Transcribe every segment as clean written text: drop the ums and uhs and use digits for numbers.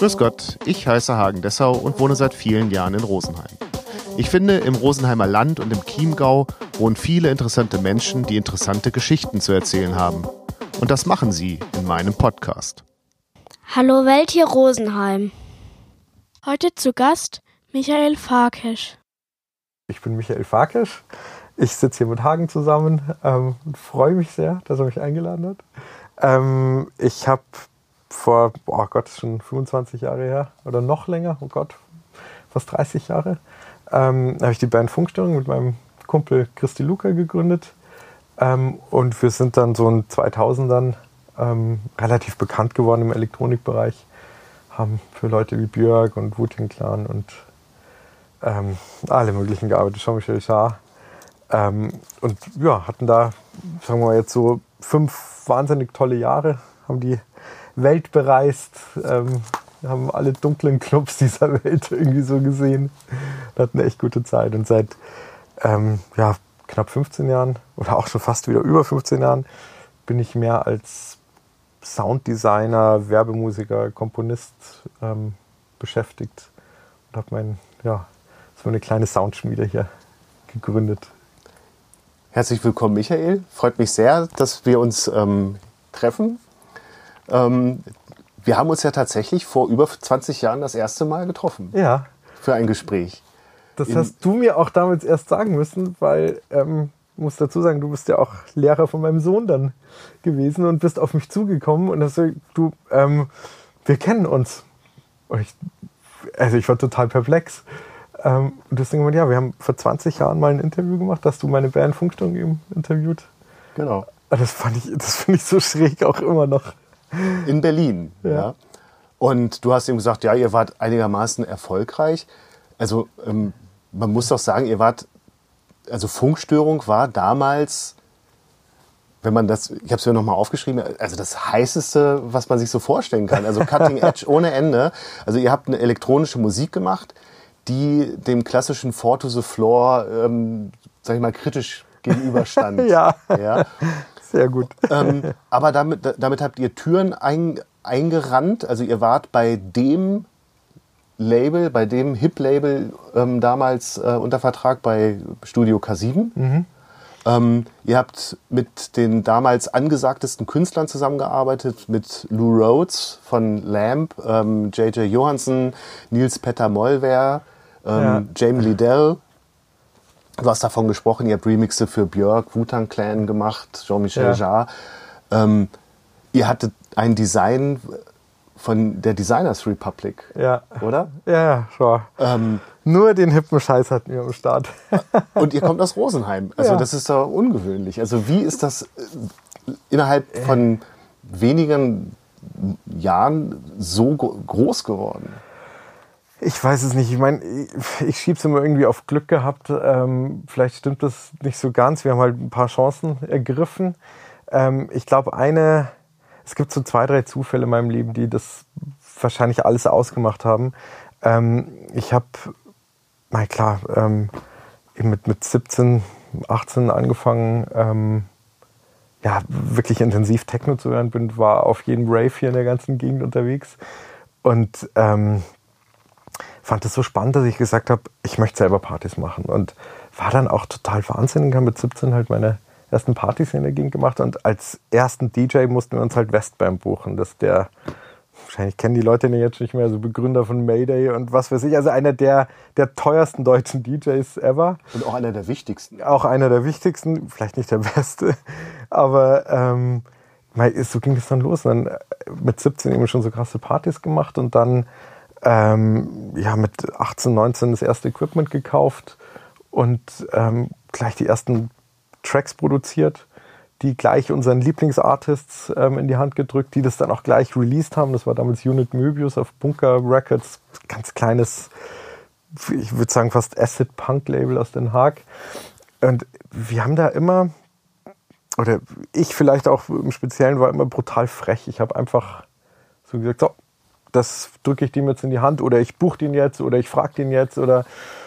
Grüß Gott, ich heiße Hagen Dessau und wohne seit vielen Jahren in Rosenheim. Ich finde, im Rosenheimer Land und im Chiemgau wohnen viele interessante Menschen, die interessante Geschichten zu erzählen haben. Und das machen sie in meinem Podcast. Hallo Welt, hier Rosenheim. Heute zu Gast Michael Farkesch. Ich bin Michael Farkesch. Ich sitze hier mit Hagen zusammen und freue mich sehr, dass er mich eingeladen hat. Ich habe vor, schon 25 Jahre her oder noch länger, fast 30 Jahre, habe ich die Band Funkstörung mit meinem Kumpel Christi Luca gegründet. Und wir sind dann so in 2000ern relativ bekannt geworden im Elektronikbereich. Haben für Leute wie Björk und Wu-Tang Clan und alle möglichen gearbeitet, Jean-Michel Jarre. Und ja, hatten da, sagen wir mal jetzt so 5 wahnsinnig tolle Jahre, haben die Welt bereist, haben alle dunklen Clubs dieser Welt irgendwie so gesehen, hatten eine echt gute Zeit. Und seit knapp 15 Jahren oder auch schon fast wieder über 15 Jahren bin ich mehr als Sounddesigner, Werbemusiker, Komponist beschäftigt und habe so eine kleine Soundschmiede hier gegründet. Herzlich willkommen, Michael. Freut mich sehr, dass wir uns treffen. Wir haben uns ja tatsächlich vor über 20 Jahren das erste Mal getroffen. Ja. Für ein Gespräch. Das hast du mir auch damals erst sagen müssen, weil, muss dazu sagen, du bist ja auch Lehrer von meinem Sohn dann gewesen und bist auf mich zugekommen und hast gesagt, wir kennen uns. Und ich war total perplex. Und deswegen gemeint, wir haben vor 20 Jahren mal ein Interview gemacht, hast du meine Band Funkstörung eben interviewt. Genau. Das finde ich so schräg auch immer noch. In Berlin, ja. Und du hast ihm gesagt, ja, ihr wart einigermaßen erfolgreich. Also man muss doch sagen, Funkstörung war damals, ich habe es mir nochmal aufgeschrieben, also das heißeste, was man sich so vorstellen kann. Also Cutting Edge ohne Ende. Also ihr habt eine elektronische Musik gemacht, die dem klassischen Four to the Floor, sag ich mal, kritisch gegenüberstand. Ja. Sehr gut. Aber damit habt ihr Türen eingerannt. Also ihr wart bei dem Label, bei dem Hip-Label damals unter Vertrag bei Studio K7. Mhm. Ihr habt mit den damals angesagtesten Künstlern zusammengearbeitet, mit Lou Rhodes von Lamp, J.J. Johansson, Niels Petter Molver, Jamie Liddell. Du hast davon gesprochen, ihr habt Remixe für Björk, Wu-Tang Clan gemacht, Jean-Michel Jarre. Ihr hattet ein Design von der Designers Republic, oder? Ja, schon. Nur den hippen Scheiß hatten wir am Start. Und ihr kommt aus Rosenheim. Also das ist doch ungewöhnlich. Also wie ist das innerhalb von wenigen Jahren so groß geworden? Ich weiß es nicht. Ich meine, ich schiebe es immer irgendwie auf Glück gehabt. Vielleicht stimmt das nicht so ganz. Wir haben halt ein paar Chancen ergriffen. Ich glaube, es gibt so 2, 3 Zufälle in meinem Leben, die das wahrscheinlich alles ausgemacht haben. Ich habe, eben mit 17, 18 angefangen, wirklich intensiv Techno zu hören. War auf jedem Rave hier in der ganzen Gegend unterwegs und fand es so spannend, dass ich gesagt habe, ich möchte selber Partys machen und war dann auch total wahnsinnig, habe mit 17 halt meine ersten Partys in der Gegend gemacht und als ersten DJ mussten wir uns halt Westbam buchen. Das ist wahrscheinlich kennen die Leute den jetzt nicht mehr, so Begründer von Mayday und was weiß ich, also einer der teuersten deutschen DJs ever. Und auch einer der wichtigsten. Auch einer der wichtigsten, vielleicht nicht der beste, aber so ging das dann los. Und dann mit 17 eben schon so krasse Partys gemacht und dann mit 18, 19 das erste Equipment gekauft und gleich die ersten Tracks produziert, die gleich unseren Lieblingsartists in die Hand gedrückt, die das dann auch gleich released haben. Das war damals Unit Möbius auf Bunker Records, ganz kleines, ich würde sagen fast Acid-Punk-Label aus Den Haag. Und wir haben da immer, oder ich vielleicht auch im Speziellen, war immer brutal frech. Ich habe einfach so gesagt, so, das drücke ich dem jetzt in die Hand oder ich buche den jetzt oder ich frage den jetzt oder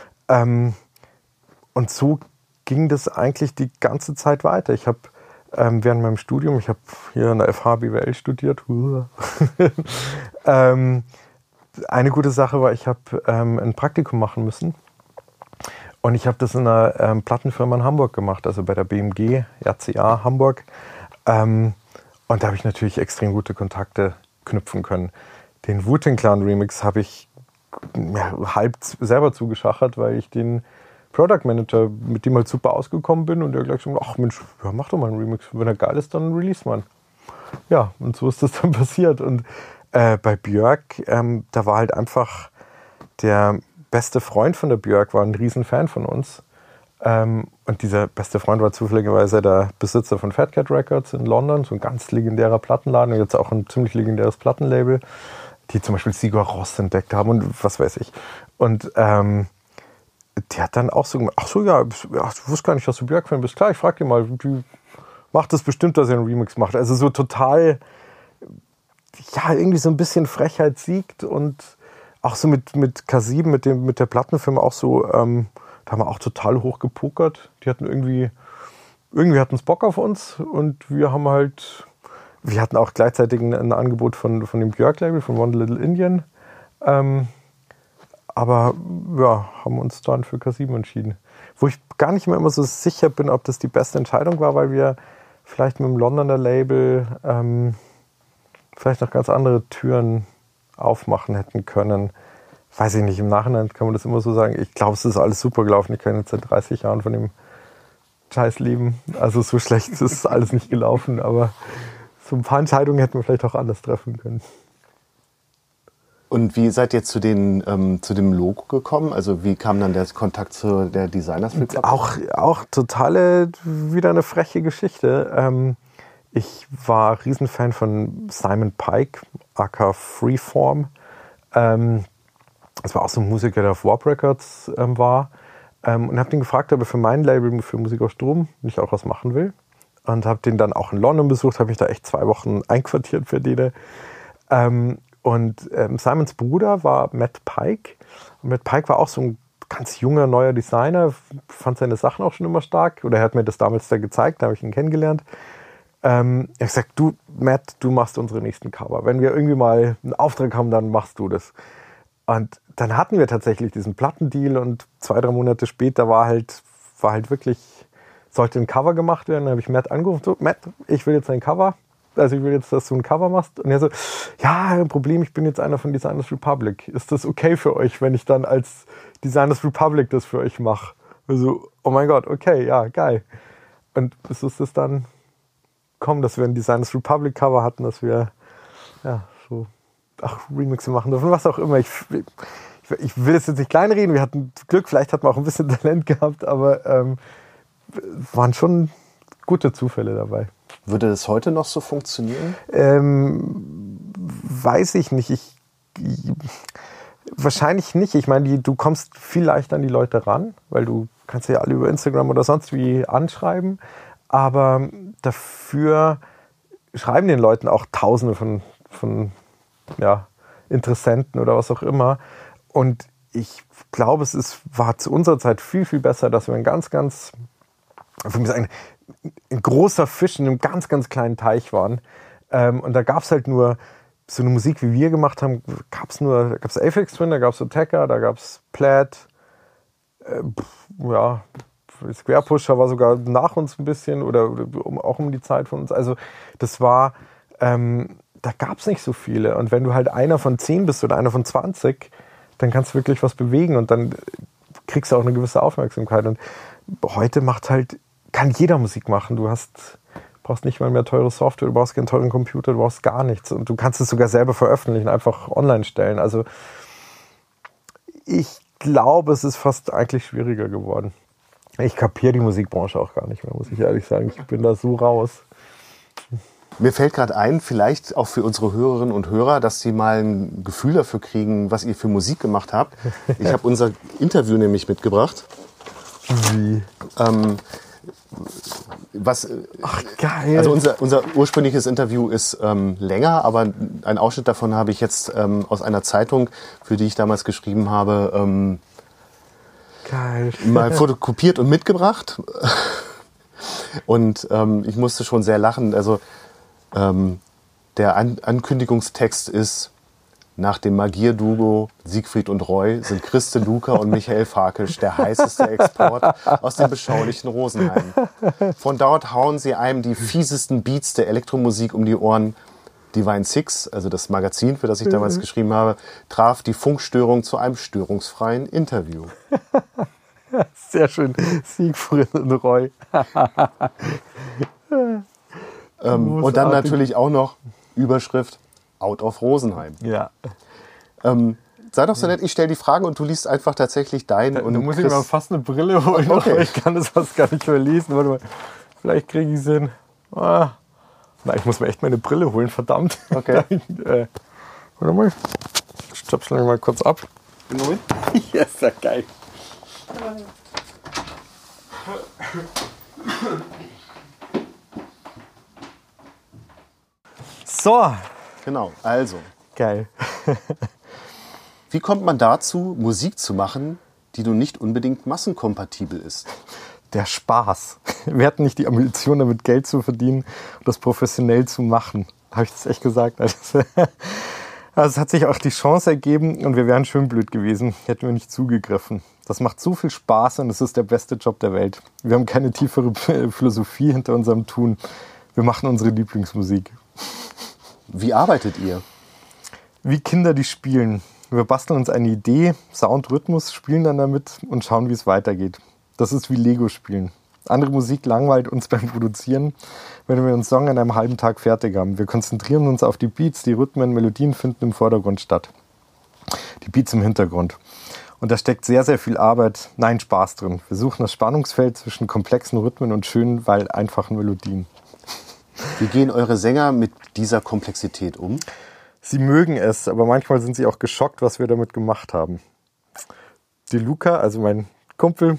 und so ging das eigentlich die ganze Zeit weiter. Ich habe während meinem Studium, ich habe hier an der FH BWL studiert, eine gute Sache war, ich habe ein Praktikum machen müssen. Und ich habe das in einer Plattenfirma in Hamburg gemacht, also bei der BMG, RCA Hamburg. Und da habe ich natürlich extrem gute Kontakte knüpfen können. Den Wu-Tang Clan Remix habe ich halb selber zugeschachert, weil ich den Product Manager, mit dem halt super ausgekommen bin und der gleich so, ach Mensch, ja, mach doch mal einen Remix. Wenn er geil ist, dann release man. Ja, und so ist das dann passiert. Und bei Björk, da war halt einfach der beste Freund von der Björk, war ein Riesenfan von uns. Und dieser beste Freund war zufälligerweise der Besitzer von Fat Cat Records in London, so ein ganz legendärer Plattenladen und jetzt auch ein ziemlich legendäres Plattenlabel, die zum Beispiel Sigur Rós entdeckt haben und was weiß ich. Und die hat dann auch so gemacht, ach so, ja, ich wusste gar nicht, dass du Björk-Fan bist. Klar, ich frag dir mal, die macht das bestimmt, dass er einen Remix macht. Also so total, ja, irgendwie so ein bisschen Frechheit siegt und auch so mit K7, mit der Plattenfirma auch so, da haben wir auch total hoch gepokert. Die hatten irgendwie hatten es Bock auf uns und wir hatten auch gleichzeitig ein Angebot von dem Björk-Label, von One Little Indian. Aber ja, haben uns dann für K7 entschieden. Wo ich gar nicht mehr immer so sicher bin, ob das die beste Entscheidung war, weil wir vielleicht mit dem Londoner Label vielleicht noch ganz andere Türen aufmachen hätten können. Weiß ich nicht, im Nachhinein kann man das immer so sagen. Ich glaube, es ist alles super gelaufen. Ich kann jetzt seit 30 Jahren von dem Scheiß leben. Also so schlecht ist alles nicht gelaufen, aber so ein paar Entscheidungen hätten wir vielleicht auch anders treffen können. Und wie seid ihr zu dem Logo gekommen? Also wie kam dann der Kontakt zu der Designers Republic? Auch wieder eine freche Geschichte. Ich war Riesenfan von Simon Pike, aka Freeform. Das war auch so ein Musiker, der auf Warp Records war. Und habe den gefragt, ob er für mein Label, für Musik auf Strom, nicht auch was machen will. Und habe den dann auch in London besucht, habe mich da echt 2 Wochen einquartiert für den. Und Simons Bruder war Matt Pike. Und Matt Pike war auch so ein ganz junger, neuer Designer. Fand seine Sachen auch schon immer stark. Oder er hat mir das damals da gezeigt, da habe ich ihn kennengelernt. Er hat gesagt, du, Matt, du machst unsere nächsten Cover. Wenn wir irgendwie mal einen Auftrag haben, dann machst du das. Und dann hatten wir tatsächlich diesen Plattendeal und 2-3 Monate später war halt wirklich, sollte ein Cover gemacht werden. Dann habe ich Matt angerufen, so, Matt, ich will jetzt ein Cover. Also ich will jetzt, dass du ein Cover machst. Und er so, ja, kein Problem, ich bin jetzt einer von Designers Republic. Ist das okay für euch, wenn ich dann als Designers Republic das für euch mache? Also, oh mein Gott, okay, ja, geil. Und bis ist es dann gekommen, dass wir ein Designers Republic Cover hatten, dass wir ja so Remixe machen dürfen, was auch immer. Ich will es jetzt nicht kleinreden, wir hatten Glück, vielleicht hatten wir auch ein bisschen Talent gehabt, aber waren schon gute Zufälle dabei. Würde das heute noch so funktionieren? Weiß ich nicht. Wahrscheinlich nicht. Ich meine, du kommst viel leichter an die Leute ran, weil du kannst ja alle über Instagram oder sonst wie anschreiben. Aber dafür schreiben den Leuten auch Tausende von Interessenten oder was auch immer. Und ich glaube, war zu unserer Zeit viel, viel besser, dass wir ein großer Fisch in einem ganz, ganz kleinen Teich waren. Und da gab es halt nur so eine Musik, wie wir gemacht haben, da gab es Aphex Twin, da gab es Attacker, da gab es Plaid, Square Pusher war sogar nach uns ein bisschen oder auch um die Zeit von uns. Also das war, da gab es nicht so viele. Und wenn du halt einer von 10 bist oder einer von 20, dann kannst du wirklich was bewegen und dann kriegst du auch eine gewisse Aufmerksamkeit. Und heute kann jeder Musik machen. Du brauchst nicht mal mehr teure Software, du brauchst keinen teuren Computer, du brauchst gar nichts. Und du kannst es sogar selber veröffentlichen, einfach online stellen. Also ich glaube, es ist fast eigentlich schwieriger geworden. Ich kapiere die Musikbranche auch gar nicht mehr, muss ich ehrlich sagen. Ich bin da so raus. Mir fällt gerade ein, vielleicht auch für unsere Hörerinnen und Hörer, dass sie mal ein Gefühl dafür kriegen, was ihr für Musik gemacht habt. Ich habe unser Interview nämlich mitgebracht. Wie? Ach, geil. Also unser ursprüngliches Interview ist länger, aber einen Ausschnitt davon habe ich jetzt aus einer Zeitung, für die ich damals geschrieben habe, geil. Mal fotokopiert und mitgebracht. Und ich musste schon sehr lachen. Also der Ankündigungstext ist: Nach dem Magier-Duo Siegfried und Roy sind Christe Luca und Michael Farkisch der heißeste Export aus dem beschaulichen Rosenheim. Von dort hauen sie einem die fiesesten Beats der Elektromusik um die Ohren. Divine Six, also das Magazin, für das ich damals geschrieben habe, traf die Funkstörung zu einem störungsfreien Interview. Sehr schön. Siegfried und Roy. Und dann natürlich auch noch Überschrift Out of Rosenheim. Ja. Sei doch so nett, ich stelle die Fragen und du liest einfach tatsächlich deinen. Du musst mir mal fast eine Brille holen, Okay. aber ich kann das fast gar nicht mehr lesen. Warte mal, vielleicht kriege ich es hin. Na, ich muss mir echt meine Brille holen, verdammt. Okay. Warte mal, ich stöpsel mich mal kurz ab. Moment. Ja, ist ja geil. So, Genau, also. geil. Wie kommt man dazu, Musik zu machen, die nun nicht unbedingt massenkompatibel ist? Der Spaß. Wir hatten nicht die Ambition, damit Geld zu verdienen und das professionell zu machen. Habe ich das echt gesagt? Also es hat sich auch die Chance ergeben und wir wären schön blöd gewesen, hätten wir nicht zugegriffen. Das macht so viel Spaß und es ist der beste Job der Welt. Wir haben keine tiefere Philosophie hinter unserem Tun. Wir machen unsere Lieblingsmusik. Wie arbeitet ihr? Wie Kinder, die spielen. Wir basteln uns eine Idee, Sound, Rhythmus, spielen dann damit und schauen, wie es weitergeht. Das ist wie Lego spielen. Andere Musik langweilt uns beim Produzieren, wenn wir einen Song an einem halben Tag fertig haben. Wir konzentrieren uns auf die Beats, die Rhythmen, Melodien finden im Vordergrund statt. Die Beats im Hintergrund. Und da steckt sehr, sehr viel Arbeit, nein, Spaß drin. Wir suchen das Spannungsfeld zwischen komplexen Rhythmen und schönen, weil einfachen Melodien. Wie gehen eure Sänger mit dieser Komplexität um? Sie mögen es, aber manchmal sind sie auch geschockt, was wir damit gemacht haben. Die Luca, also mein Kumpel,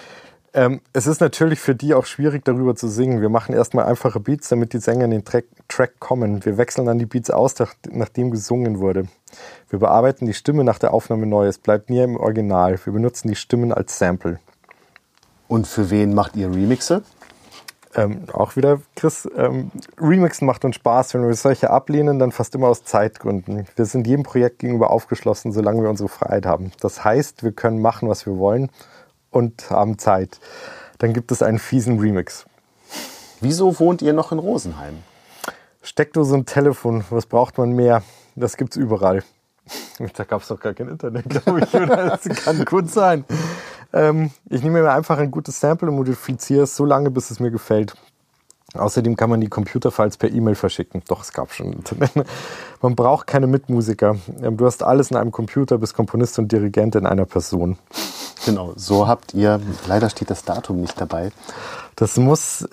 es ist natürlich für die auch schwierig, darüber zu singen. Wir machen erstmal einfache Beats, damit die Sänger in den Track kommen. Wir wechseln dann die Beats aus, nachdem gesungen wurde. Wir bearbeiten die Stimme nach der Aufnahme neu. Es bleibt nie im Original. Wir benutzen die Stimmen als Sample. Und für wen macht ihr Remixe? Auch wieder, Chris, Remixen macht uns Spaß. Wenn wir solche ablehnen, dann fast immer aus Zeitgründen. Wir sind jedem Projekt gegenüber aufgeschlossen, solange wir unsere Freiheit haben. Das heißt, wir können machen, was wir wollen und haben Zeit. Dann gibt es einen fiesen Remix. Wieso wohnt ihr noch in Rosenheim? Steckdose und Telefon, was braucht man mehr? Das gibt's überall. Da gab es doch gar kein Internet, glaube ich. Oder? Das kann gut sein. Ich nehme mir einfach ein gutes Sample und modifiziere es so lange, bis es mir gefällt. Außerdem kann man die Computerfiles per E-Mail verschicken. Doch, es gab schon Internet. Man braucht keine Mitmusiker. Du hast alles in einem Computer, bist Komponist und Dirigent in einer Person. Genau, so habt ihr, leider steht das Datum nicht dabei. Das muss,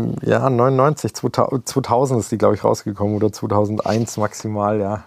99, 2000 ist die, glaube ich, rausgekommen oder 2001 maximal, ja.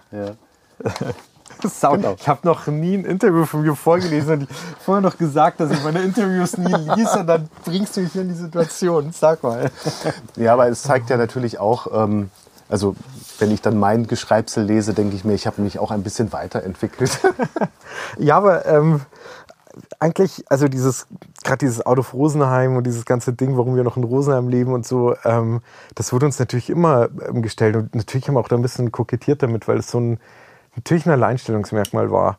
Genau. Ich habe noch nie ein Interview von mir vorgelesen und ich habe vorher noch gesagt, dass ich meine Interviews nie lese und dann bringst du mich in die Situation. Sag mal. Ja, aber es zeigt ja natürlich auch, also wenn ich dann mein Geschreibsel lese, denke ich mir, ich habe mich auch ein bisschen weiterentwickelt. Ja, aber eigentlich, also gerade dieses Out of Rosenheim und dieses ganze Ding, warum wir noch in Rosenheim leben und so, das wurde uns natürlich immer gestellt und natürlich haben wir auch da ein bisschen kokettiert damit, weil es so natürlich ein Alleinstellungsmerkmal war.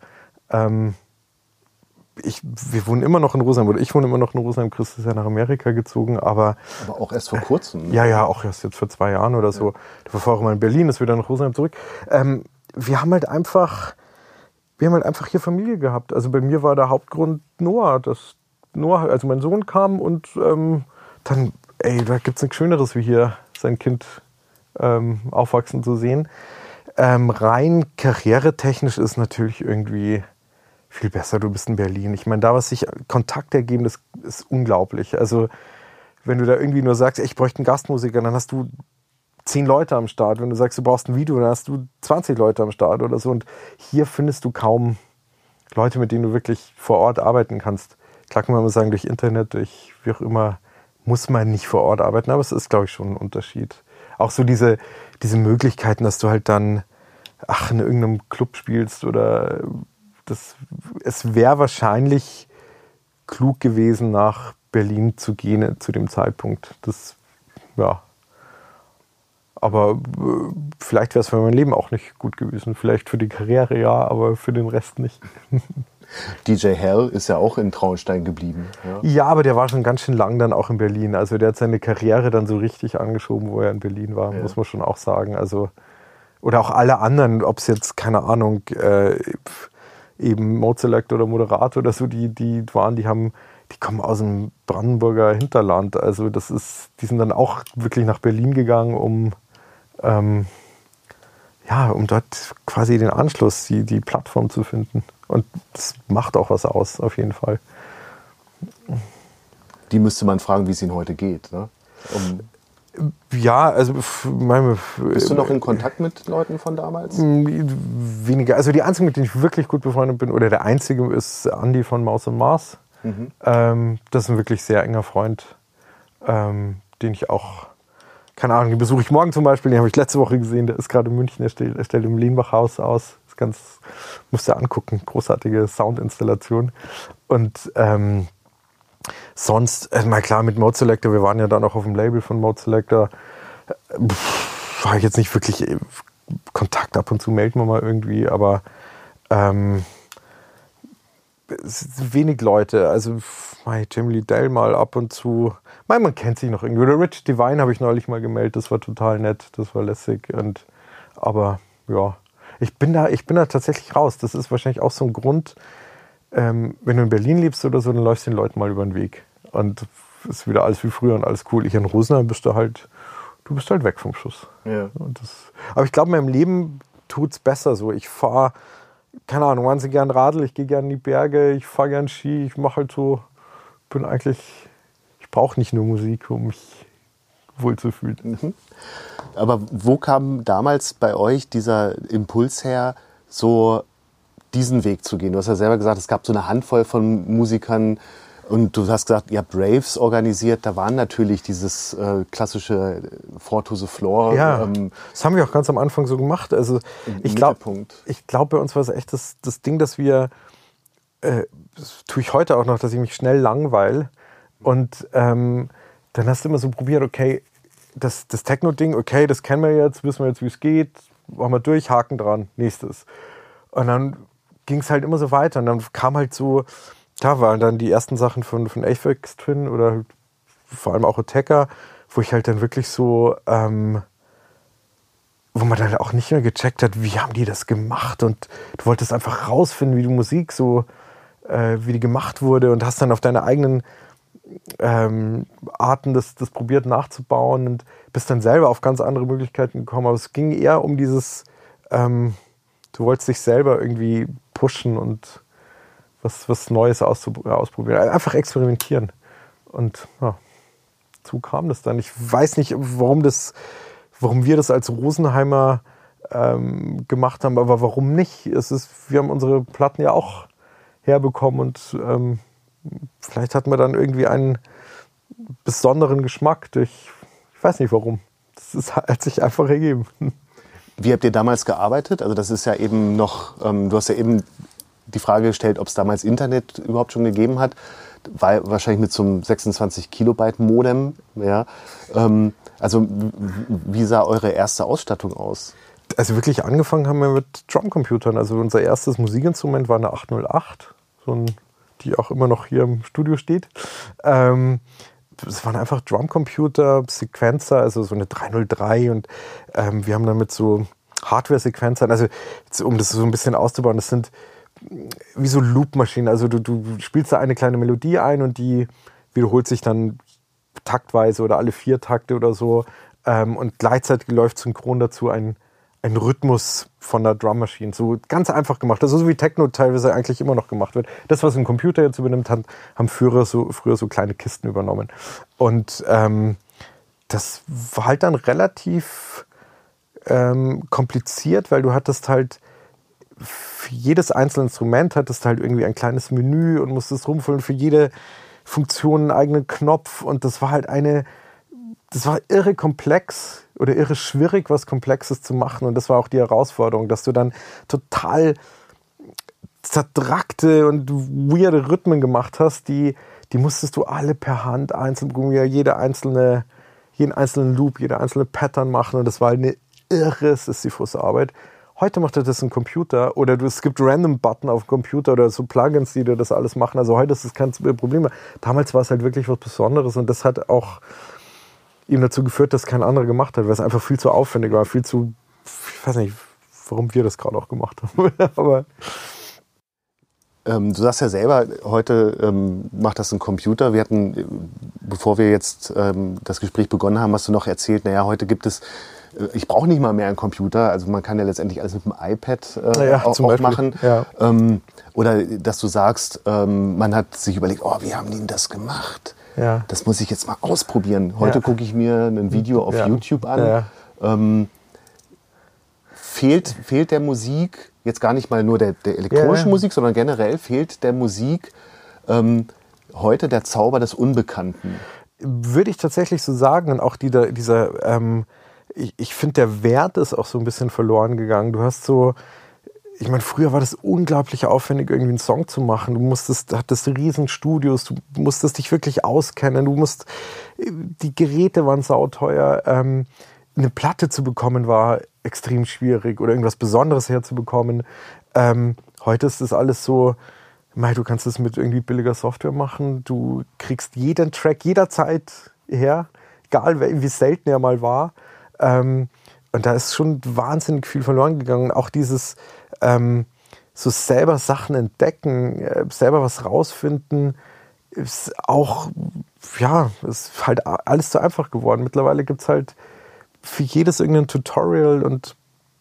Wir wohnen immer noch in Rosenheim, oder ich wohne immer noch in Rosenheim, Chris ist ja nach Amerika gezogen, aber auch erst vor kurzem. Ja, auch erst jetzt vor 2 Jahren oder so. Der war vorher mal in Berlin, ist wieder nach Rosenheim zurück. Wir haben halt einfach hier Familie gehabt. Also bei mir war der Hauptgrund Noah, dass Noah, also mein Sohn kam und dann, da gibt's nichts Schöneres, wie hier sein Kind aufwachsen zu sehen. Rein karrieretechnisch ist natürlich irgendwie viel besser, du bist in Berlin. Ich meine, da was sich Kontakt ergeben, das ist unglaublich. Also wenn du da irgendwie nur sagst, ich bräuchte einen Gastmusiker, dann hast du 10 Leute am Start. Wenn du sagst, du brauchst ein Video, dann hast du 20 Leute am Start oder so. Und hier findest du kaum Leute, mit denen du wirklich vor Ort arbeiten kannst. Klar kann man mal sagen, durch Internet, durch wie auch immer, muss man nicht vor Ort arbeiten, aber es ist, glaube ich, schon ein Unterschied. Auch so diese Möglichkeiten, dass du halt dann in irgendeinem Club spielst oder es wäre wahrscheinlich klug gewesen, nach Berlin zu gehen zu dem Zeitpunkt. Das, ja. Aber vielleicht wäre es für mein Leben auch nicht gut gewesen. Vielleicht für die Karriere ja, aber für den Rest nicht. DJ Hell ist ja auch in Traunstein geblieben. Ja, aber der war schon ganz schön lang dann auch in Berlin. Also der hat seine Karriere dann so richtig angeschoben, wo er in Berlin war, muss man schon auch sagen. Also, oder auch alle anderen, ob es jetzt, keine Ahnung, eben Mode Select oder Moderator oder so, die kommen aus dem Brandenburger Hinterland. Also die sind dann auch wirklich nach Berlin gegangen, um dort quasi den Anschluss, die Plattform zu finden. Und das macht auch was aus, auf jeden Fall. Die müsste man fragen, wie es ihnen heute geht, ne? Ja, also bist du noch in Kontakt mit Leuten von damals? Weniger. Also die einzigen, mit denen ich wirklich gut befreundet bin, oder der einzige ist Andi von Maus und Mars. Das ist ein wirklich sehr enger Freund, den ich auch, keine Ahnung, den besuche ich morgen zum Beispiel, den habe ich letzte Woche gesehen, der ist gerade in München, er stellt im Lehnbach-Haus aus. Das musst du angucken, großartige Soundinstallation. Und sonst, mal klar, mit Mode Selector, wir waren ja dann auch auf dem Label von Mode Selector, habe ich jetzt nicht wirklich Kontakt, ab und zu melden wir mal irgendwie, aber es sind wenig Leute, also Jamie Liddell mal ab und zu, man kennt sich noch irgendwie, oder Rich Divine habe ich neulich mal gemeldet, das war total nett, das war lässig, aber ja, ich bin da tatsächlich raus, das ist wahrscheinlich auch so ein Grund, wenn du in Berlin lebst oder so, dann läufst du den Leuten mal über den Weg und es ist wieder alles wie früher und alles cool. Ich in Rosenheim bist du halt weg vom Schuss. Ja. Aber ich glaube, meinem Leben tut es besser so. Ich fahre, keine Ahnung, wahnsinnig gern Radl, ich gehe gern in die Berge, ich fahre gern Ski, ich mache halt so, ich brauche nicht nur Musik, um mich wohlzufühlen. Aber wo kam damals bei euch dieser Impuls her, so diesen Weg zu gehen? Du hast ja selber gesagt, es gab so eine Handvoll von Musikern und du hast gesagt, ihr habt Raves organisiert. Da waren natürlich dieses klassische Four to the Floor. Ja, das haben wir auch ganz am Anfang so gemacht. Also ich glaube, bei uns war es echt das Ding, dass wir, das tue ich heute auch noch, dass ich mich schnell langweile. Und dann hast du immer so probiert, okay, das Techno-Ding, okay, das kennen wir jetzt, wissen wir jetzt, wie es geht, machen wir durch, Haken dran, nächstes. Und dann ging es halt immer so weiter und dann kam halt so, da waren dann die ersten Sachen von Aphex Twin oder vor allem auch Attacker, wo ich halt dann wirklich so, wo man dann auch nicht mehr gecheckt hat, wie haben die das gemacht und du wolltest einfach rausfinden, wie die Musik so, wie die gemacht wurde und hast dann auf deine eigenen Arten das probiert nachzubauen und bist dann selber auf ganz andere Möglichkeiten gekommen, aber es ging eher um dieses, du wolltest dich selber irgendwie pushen und was Neues ausprobieren. Einfach experimentieren. Und ja, so kam das dann. Ich weiß nicht, warum wir das als Rosenheimer gemacht haben, aber warum nicht? Wir haben unsere Platten ja auch herbekommen und vielleicht hatten wir dann irgendwie einen besonderen Geschmack ich weiß nicht warum. Hat sich einfach ergeben. Wie habt ihr damals gearbeitet? Also das ist ja eben noch, du hast ja eben die Frage gestellt, ob es damals Internet überhaupt schon gegeben hat. War wahrscheinlich mit so einem 26 Kilobyte Modem. Ja. Also wie sah eure erste Ausstattung aus? Also wirklich angefangen haben wir mit Drumcomputern. Also unser erstes Musikinstrument war eine 808, die auch immer noch hier im Studio steht. Das waren einfach Drumcomputer, Sequenzer, also so eine 303 und wir haben damit so Hardware-Sequenzern, also um das so ein bisschen auszubauen, das sind wie so Loop-Maschinen, also du spielst da eine kleine Melodie ein und die wiederholt sich dann taktweise oder alle 4 Takte oder so und gleichzeitig läuft synchron dazu ein Rhythmus von der Drummaschine. So ganz einfach gemacht. Also so wie Techno teilweise eigentlich immer noch gemacht wird. Das, was ein Computer jetzt übernimmt, haben früher so kleine Kisten übernommen. Und das war halt dann relativ kompliziert, weil du hattest halt für jedes einzelne Instrument hattest halt irgendwie ein kleines Menü und musstest rumfüllen, für jede Funktion einen eigenen Knopf und das war halt das war irre komplex oder irre schwierig, was Komplexes zu machen. Und das war auch die Herausforderung, dass du dann total zerdrackte und weirde Rhythmen gemacht hast, die musstest du alle per Hand einzeln probieren, jede einzelne jeden einzelnen Loop, jede einzelne Pattern machen und das war eine irre Sisyphus-Arbeit. Heute macht das ein Computer oder es gibt Random-Button auf dem Computer oder so Plugins, die dir das alles machen. Also heute ist das kein Problem mehr. Damals war es halt wirklich was Besonderes und das hat auch ihm dazu geführt, dass kein anderer gemacht hat, weil es einfach viel zu aufwendig war, viel zu, ich weiß nicht, warum wir das gerade auch gemacht haben. Aber du sagst ja selber, heute macht das ein Computer. Wir hatten, bevor wir jetzt das Gespräch begonnen haben, hast du noch erzählt, naja, heute gibt es, ich brauche nicht mal mehr einen Computer. Also man kann ja letztendlich alles mit dem iPad auch machen. Ja. Oder dass du sagst, man hat sich überlegt, oh, wie haben die denn das gemacht? Ja. Das muss ich jetzt mal ausprobieren. Heute gucke ich mir ein Video auf YouTube an. Ja. Fehlt der Musik, jetzt gar nicht mal nur der elektronischen Musik, sondern generell fehlt der Musik heute der Zauber des Unbekannten? Würde ich tatsächlich so sagen. Und auch ich finde, der Wert ist auch so ein bisschen verloren gegangen. Du hast so, ich meine, früher war das unglaublich aufwendig, irgendwie einen Song zu machen. Du hattest riesen Studios, du musstest dich wirklich auskennen, die Geräte waren sauteuer. Eine Platte zu bekommen war extrem schwierig oder irgendwas Besonderes herzubekommen. Heute ist das alles so, du kannst es mit irgendwie billiger Software machen. Du kriegst jeden Track jederzeit her, egal wie selten er mal war. Und da ist schon wahnsinnig viel verloren gegangen. Auch dieses so selber Sachen entdecken, selber was rausfinden, ist auch, ist halt alles zu einfach geworden. Mittlerweile gibt es halt für jedes irgendein Tutorial und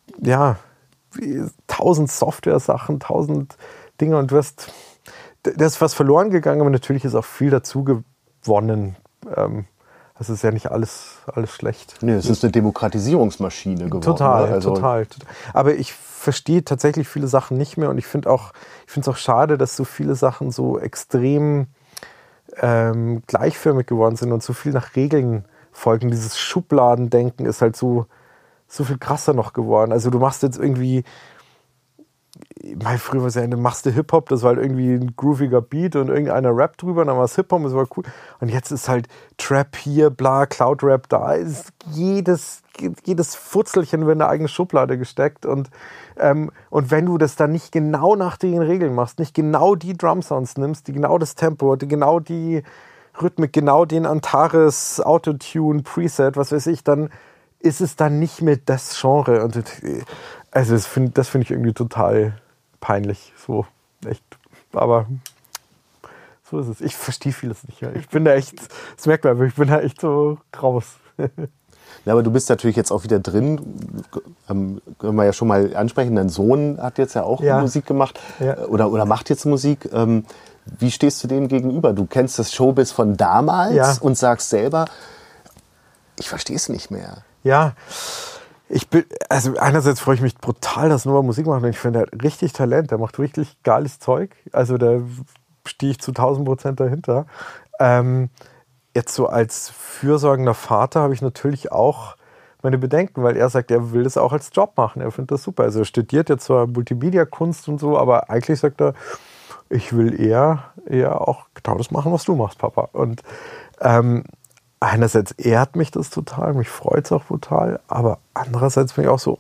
1000 Software-Sachen, 1000 Dinge und da ist was verloren gegangen, aber natürlich ist auch viel dazu gewonnen. Das ist ja nicht alles schlecht. Nee, es ist eine Demokratisierungsmaschine geworden. Total. Aber ich verstehe tatsächlich viele Sachen nicht mehr und ich finde es auch schade, dass so viele Sachen so extrem gleichförmig geworden sind und so viel nach Regeln folgen. Dieses Schubladendenken ist halt so viel krasser noch geworden. Also du machst jetzt irgendwie, früher war es ja, du machst Hip-Hop, das war halt irgendwie ein grooviger Beat und irgendeiner rappt drüber, dann war es Hip-Hop, das war cool. Und jetzt ist halt Trap hier, bla, Cloud-Rap da. Ist jedes Futzelchen wird in eine eigene Schublade gesteckt und wenn du das dann nicht genau nach den Regeln machst, nicht genau die Drum-Sounds nimmst, die genau das Tempo, die genau die Rhythmik, genau den Antares Autotune Preset, was weiß ich, dann ist es dann nicht mehr das Genre. Und also das finde ich irgendwie total peinlich. So, echt. Aber so ist es. Ich verstehe vieles nicht mehr. Ich bin da echt, das merkt man, aber ich bin da echt so raus. Ja, aber du bist natürlich jetzt auch wieder drin. Können wir ja schon mal ansprechen. Dein Sohn hat jetzt ja auch Musik gemacht oder macht jetzt Musik. Wie stehst du dem gegenüber? Du kennst das Showbiz von damals und sagst selber, ich verstehe es nicht mehr. Ja, also einerseits freue ich mich brutal, dass Noah Musik macht und ich finde, er hat richtig Talent, er macht richtig geiles Zeug. Also da stehe ich zu 1000% dahinter. Jetzt so als fürsorgender Vater habe ich natürlich auch meine Bedenken, weil er sagt, er will das auch als Job machen. Er findet das super. Also er studiert jetzt zwar Multimedia-Kunst und so, aber eigentlich sagt er, ich will eher auch genau das machen, was du machst, Papa. Und einerseits ehrt mich das total, mich freut es auch total, aber andererseits bin ich auch so,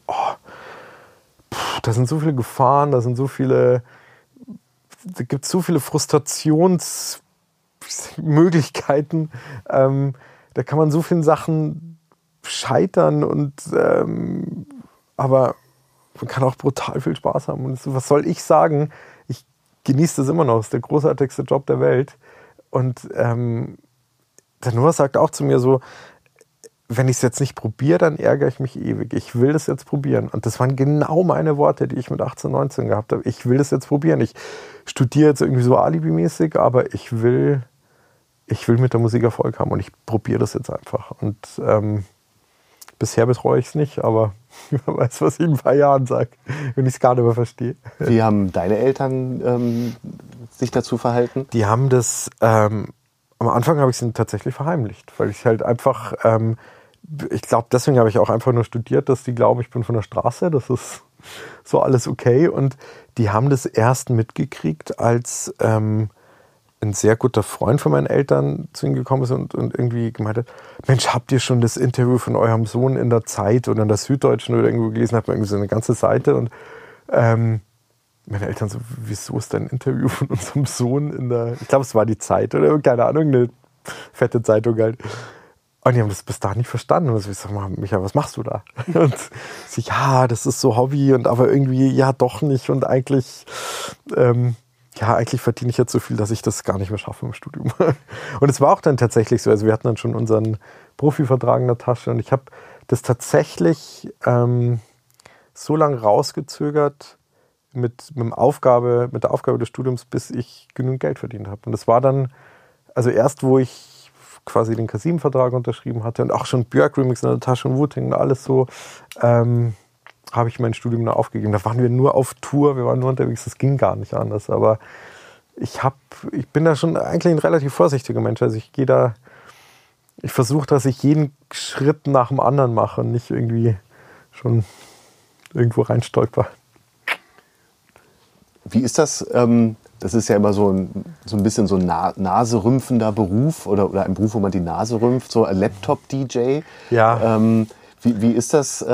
da sind so viele Gefahren, da gibt es so viele Frustrationsmöglichkeiten, da kann man so vielen Sachen scheitern und aber man kann auch brutal viel Spaß haben. Und was soll ich sagen? Ich genieße das immer noch, das ist der großartigste Job der Welt. Und der Noah sagt auch zu mir so, wenn ich es jetzt nicht probiere, dann ärgere ich mich ewig. Ich will das jetzt probieren. Und das waren genau meine Worte, die ich mit 18, 19 gehabt habe. Ich will das jetzt probieren. Ich studiere jetzt irgendwie so alibimäßig, aber ich will mit der Musik Erfolg haben und ich probiere das jetzt einfach. Und bisher bereue ich es nicht, aber wer weiß, was ich in ein paar Jahren sage, wenn ich es gar nicht mehr verstehe. Wie haben deine Eltern sich dazu verhalten? Die haben das, am Anfang habe ich es tatsächlich verheimlicht, weil ich halt einfach, ich glaube, deswegen habe ich auch einfach nur studiert, dass die glauben, ich bin von der Straße, das ist so alles okay. Und die haben das erst mitgekriegt, als ein sehr guter Freund von meinen Eltern zu ihnen gekommen ist und irgendwie gemeint hat, Mensch, habt ihr schon das Interview von eurem Sohn in der Zeit oder in der Süddeutschen oder irgendwo gelesen? Hat man irgendwie so eine ganze Seite und meine Eltern so, wieso ist dein Interview von unserem Sohn in der, ich glaube, es war die Zeit oder keine Ahnung, eine fette Zeitung halt. Und die haben das bis dahin nicht verstanden. Und ich sag mal, Micha, was machst du da? Und sie, ja, das ist so Hobby und aber irgendwie, ja, doch nicht. Und eigentlich, eigentlich verdiene ich jetzt so viel, dass ich das gar nicht mehr schaffe im Studium. Und es war auch dann tatsächlich so. Also wir hatten dann schon unseren Profivertrag in der Tasche und ich habe das tatsächlich so lange rausgezögert mit der Aufgabe des Studiums, bis ich genügend Geld verdient habe. Und das war dann, also erst, wo ich quasi den K7-Vertrag unterschrieben hatte und auch schon Björk-Remix in der Tasche und Wu-Tang und alles so, habe ich mein Studium dann aufgegeben. Da waren wir nur auf Tour, wir waren nur unterwegs, das ging gar nicht anders. Aber ich bin da schon eigentlich ein relativ vorsichtiger Mensch. Also ich versuche, dass ich jeden Schritt nach dem anderen mache und nicht irgendwie schon irgendwo reinstolper. Wie ist das? Das ist ja immer so ein bisschen so ein naserümpfender Beruf oder ein Beruf, wo man die Nase rümpft, so ein Laptop-DJ. Ja. Wie ist das,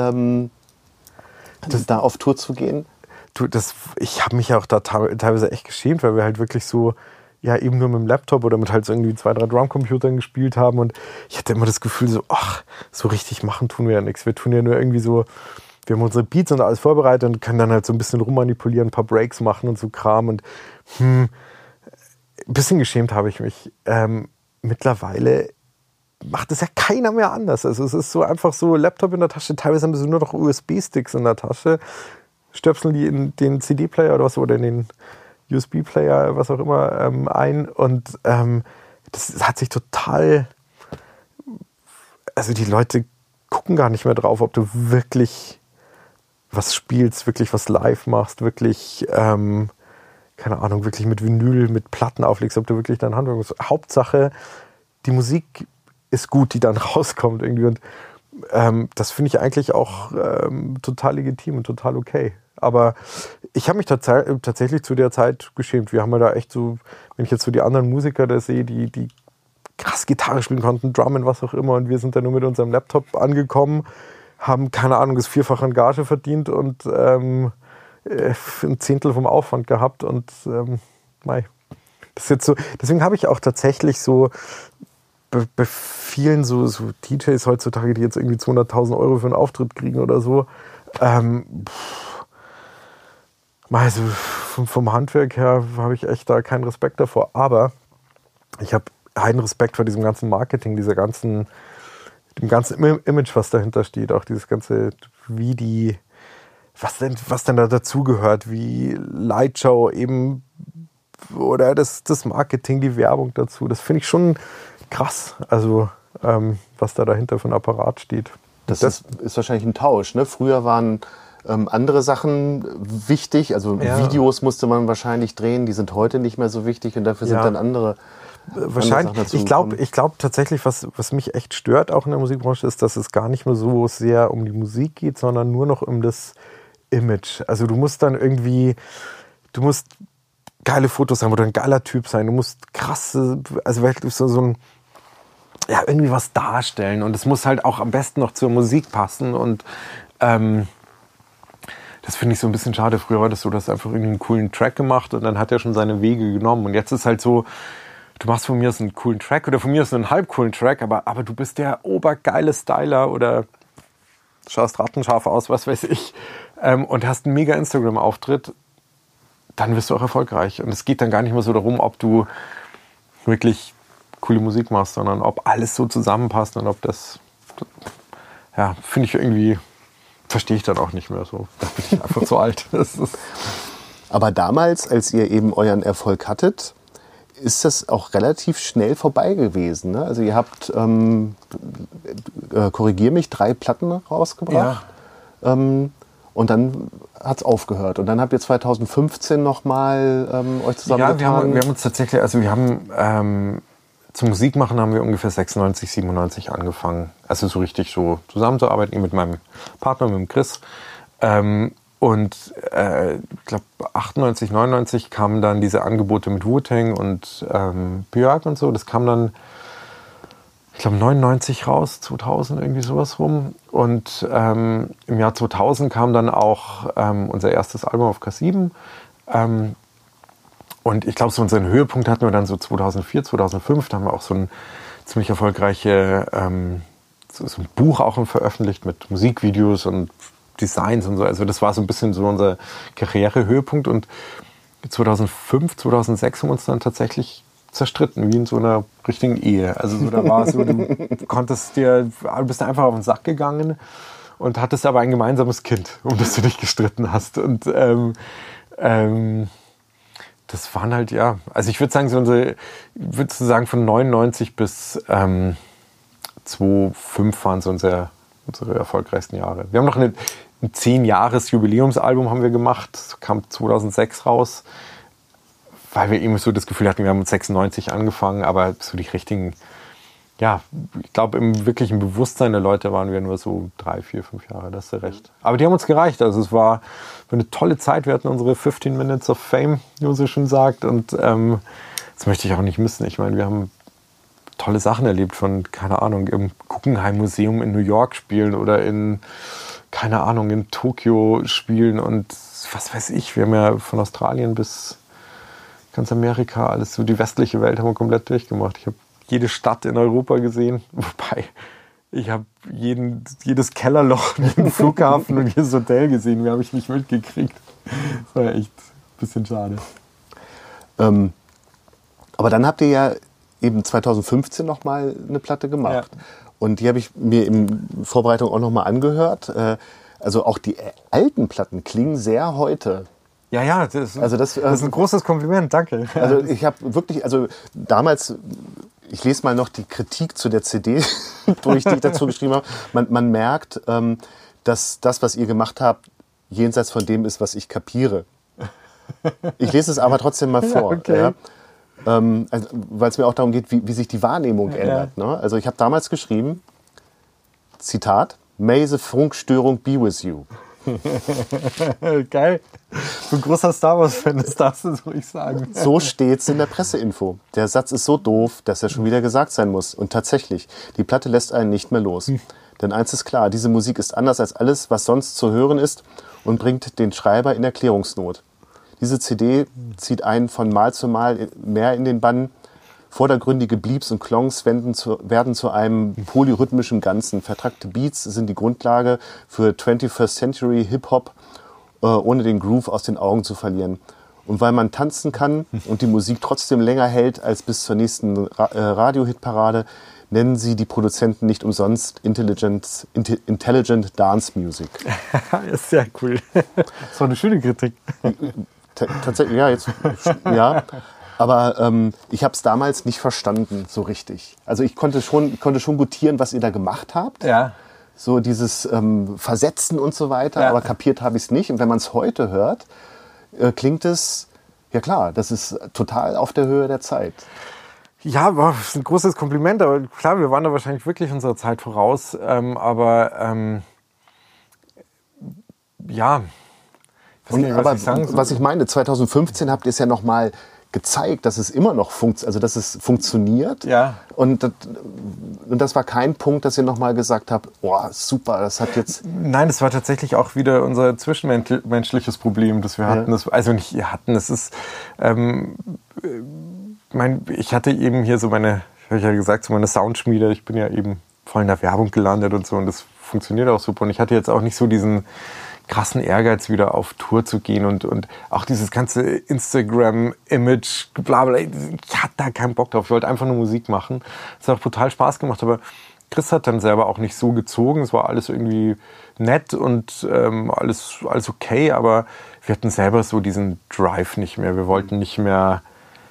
da auf Tour zu gehen? Ich habe mich ja auch da teilweise echt geschämt, weil wir halt wirklich so, ja, eben nur mit dem Laptop oder mit halt so irgendwie 2, 3 Drumcomputern gespielt haben und ich hatte immer das Gefühl so, ach, so richtig machen tun wir ja nichts. Wir tun ja nur irgendwie so, wir haben unsere Beats und alles vorbereitet und können dann halt so ein bisschen rummanipulieren, ein paar Breaks machen und so Kram und ein bisschen geschämt habe ich mich. Mittlerweile macht es ja keiner mehr anders. Also es ist so einfach so Laptop in der Tasche, teilweise haben sie nur noch USB-Sticks in der Tasche, stöpseln die in den CD-Player oder was oder in den USB-Player, was auch immer, ein und das hat sich total, also die Leute gucken gar nicht mehr drauf, ob du wirklich was spielst, wirklich was live machst, wirklich, keine Ahnung, wirklich mit Vinyl, mit Platten auflegst, ob du wirklich dein Handwerk machst. Hauptsache, die Musik ist gut, die dann rauskommt irgendwie und das finde ich eigentlich auch total legitim und total okay. Aber ich habe mich tatsächlich zu der Zeit geschämt. Wir haben ja da echt so, wenn ich jetzt so die anderen Musiker da sehe, die krass Gitarre spielen konnten, Drummen, was auch immer und wir sind da nur mit unserem Laptop angekommen, haben, keine Ahnung, das 4-fache an Gage verdient und ein Zehntel vom Aufwand gehabt und das ist jetzt so, deswegen habe ich auch tatsächlich so bei vielen so DJs heutzutage, die jetzt irgendwie 200.000 Euro für einen Auftritt kriegen oder so, also vom Handwerk her habe ich echt da keinen Respekt davor, aber ich habe einen Respekt vor diesem ganzen Marketing, dem ganzen Image, was dahinter steht, auch dieses ganze, was denn da dazugehört, wie Lightshow eben oder das Marketing, die Werbung dazu, das finde ich schon krass, also was da dahinter für ein Apparat steht. Das ist wahrscheinlich ein Tausch, ne? Früher waren andere Sachen wichtig, also Videos musste man wahrscheinlich drehen, die sind heute nicht mehr so wichtig und dafür sind dann andere wahrscheinlich. Ich glaube tatsächlich, was mich echt stört auch in der Musikbranche ist, dass es gar nicht mehr so sehr um die Musik geht, sondern nur noch um das Image. Also du musst geile Fotos haben oder ein geiler Typ sein, du musst krasse, also wirklich so ein, ja, irgendwie was darstellen und es muss halt auch am besten noch zur Musik passen und das finde ich so ein bisschen schade. Früher war das so, dass einfach irgendwie einen coolen Track gemacht und dann hat er schon seine Wege genommen und jetzt ist halt so, du machst von mir aus einen coolen Track oder von mir aus einen halb coolen Track, aber du bist der obergeile Styler oder schaust rattenscharf aus, was weiß ich, und hast einen mega Instagram-Auftritt, dann wirst du auch erfolgreich. Und es geht dann gar nicht mehr so darum, ob du wirklich coole Musik machst, sondern ob alles so zusammenpasst und ob das, ja, finde ich irgendwie, verstehe ich dann auch nicht mehr so. Da bin ich einfach zu alt. Aber damals, als ihr eben euren Erfolg hattet, ist das auch relativ schnell vorbei gewesen. Ne? Also ihr habt, korrigier mich, 3 Platten rausgebracht. Ja. Und dann hat es aufgehört. Und dann habt ihr 2015 nochmal euch zusammengetan. Ja, wir haben uns tatsächlich, also wir haben zum Musikmachen haben wir ungefähr 96, 97 angefangen. Also so richtig so zusammenzuarbeiten, mit meinem Partner, mit dem Chris. Und ich glaube 98, 99 kamen dann diese Angebote mit Wu-Tang und Björk und so. Das kam dann, ich glaube 99 raus, 2000 irgendwie sowas rum. Und im Jahr 2000 kam dann auch unser erstes Album auf K7. Und ich glaube, so unseren Höhepunkt hatten wir dann so 2004, 2005. Da haben wir auch so ein ziemlich erfolgreiche so ein Buch auch veröffentlicht mit Musikvideos und Designs und so. Also das war so ein bisschen so unser Karrierehöhepunkt. Und 2005, 2006 haben wir uns dann tatsächlich zerstritten, wie in so einer richtigen Ehe. Also so, da war es so, du bist einfach auf den Sack gegangen und hattest aber ein gemeinsames Kind, um das du dich gestritten hast. Und das waren halt, ja, also ich würde sagen, von 99 bis 2005 waren so unsere erfolgreichsten Jahre. Wir haben noch ein 10-Jahres-Jubiläumsalbum haben wir gemacht, das kam 2006 raus, weil wir eben so das Gefühl hatten, wir haben mit 96 angefangen, aber so die richtigen, ja, ich glaube im wirklichen Bewusstsein der Leute waren wir nur so 3, 4, 5 Jahre, das ist ja recht. Aber die haben uns gereicht, also es war eine tolle Zeit, wir hatten unsere 15 Minutes of Fame, wie man so schön sagt, und das möchte ich auch nicht missen. Ich meine, wir haben tolle Sachen erlebt von, keine Ahnung, im Guggenheim Museum in New York spielen oder in, keine Ahnung, in Tokio spielen und was weiß ich, wir haben ja von Australien bis ganz Amerika, alles so die westliche Welt haben wir komplett durchgemacht. Ich habe jede Stadt in Europa gesehen, wobei ich habe jedes Kellerloch, jeden Flughafen und jedes Hotel gesehen, mehr habe ich nicht mitgekriegt. Das war echt ein bisschen schade. Aber dann habt ihr ja eben 2015 nochmal eine Platte gemacht. Ja. Und die habe ich mir in Vorbereitung auch nochmal angehört. Also auch die alten Platten klingen sehr heute. Ja, das ist ein großes Kompliment, danke. Also ich habe wirklich, damals, ich lese mal noch die Kritik zu der CD durch, die ich dazu geschrieben habe. Man merkt, dass das, was ihr gemacht habt, jenseits von dem ist, was ich kapiere. Ich lese es aber trotzdem mal vor. Ja, okay. Ja. Weil es mir auch darum geht, wie sich die Wahrnehmung ändert. Ne? Also ich habe damals geschrieben, Zitat, May the Funkstörung be with you. Geil. Du ein großer Star Wars-Fan, das darfst du so nicht sagen. So steht's in der Presseinfo. Der Satz ist so doof, dass er schon wieder gesagt sein muss. Und tatsächlich, die Platte lässt einen nicht mehr los. Denn eins ist klar, diese Musik ist anders als alles, was sonst zu hören ist und bringt den Schreiber in Erklärungsnot. Diese CD zieht einen von Mal zu Mal mehr in den Bann. Vordergründige Bleeps und Klongs werden zu einem polyrhythmischen Ganzen. Vertrackte Beats sind die Grundlage für 21st Century Hip-Hop, ohne den Groove aus den Augen zu verlieren. Und weil man tanzen kann und die Musik trotzdem länger hält als bis zur nächsten Radio-Hit-Parade, nennen sie die Produzenten nicht umsonst Intelligent Dance Music. Das ist sehr cool. Das war eine schöne Kritik. Tatsächlich, ja. Aber ich habe es damals nicht verstanden so richtig. Also ich konnte schon gutieren, was ihr da gemacht habt. Ja. So dieses Versetzen und so weiter. Ja. Aber kapiert habe ich es nicht. Und wenn man es heute hört, klingt es, ja klar, das ist total auf der Höhe der Zeit. Ja, das ist ein großes Kompliment. Aber klar, wir waren da wahrscheinlich wirklich unserer Zeit voraus. Ja. Was ich meine, 2015 habt ihr es ja nochmal gezeigt, dass es immer noch dass es funktioniert. Ja. Und das war kein Punkt, dass ihr nochmal gesagt habt, oh, super, das hat jetzt... Nein, das war tatsächlich auch wieder unser zwischenmenschliches Problem, das wir hatten. Es ist... ich hatte eben hier so meine Soundschmiede. Ich bin ja eben voll in der Werbung gelandet und so. Und das funktioniert auch super. Und ich hatte jetzt auch nicht so diesen krassen Ehrgeiz, wieder auf Tour zu gehen und auch dieses ganze Instagram-Image, bla bla, ich hatte da keinen Bock drauf. Ich wollte einfach nur Musik machen. Es hat auch total Spaß gemacht, aber Chris hat dann selber auch nicht so gezogen. Es war alles irgendwie nett und alles okay, aber wir hatten selber so diesen Drive nicht mehr. Wir wollten nicht mehr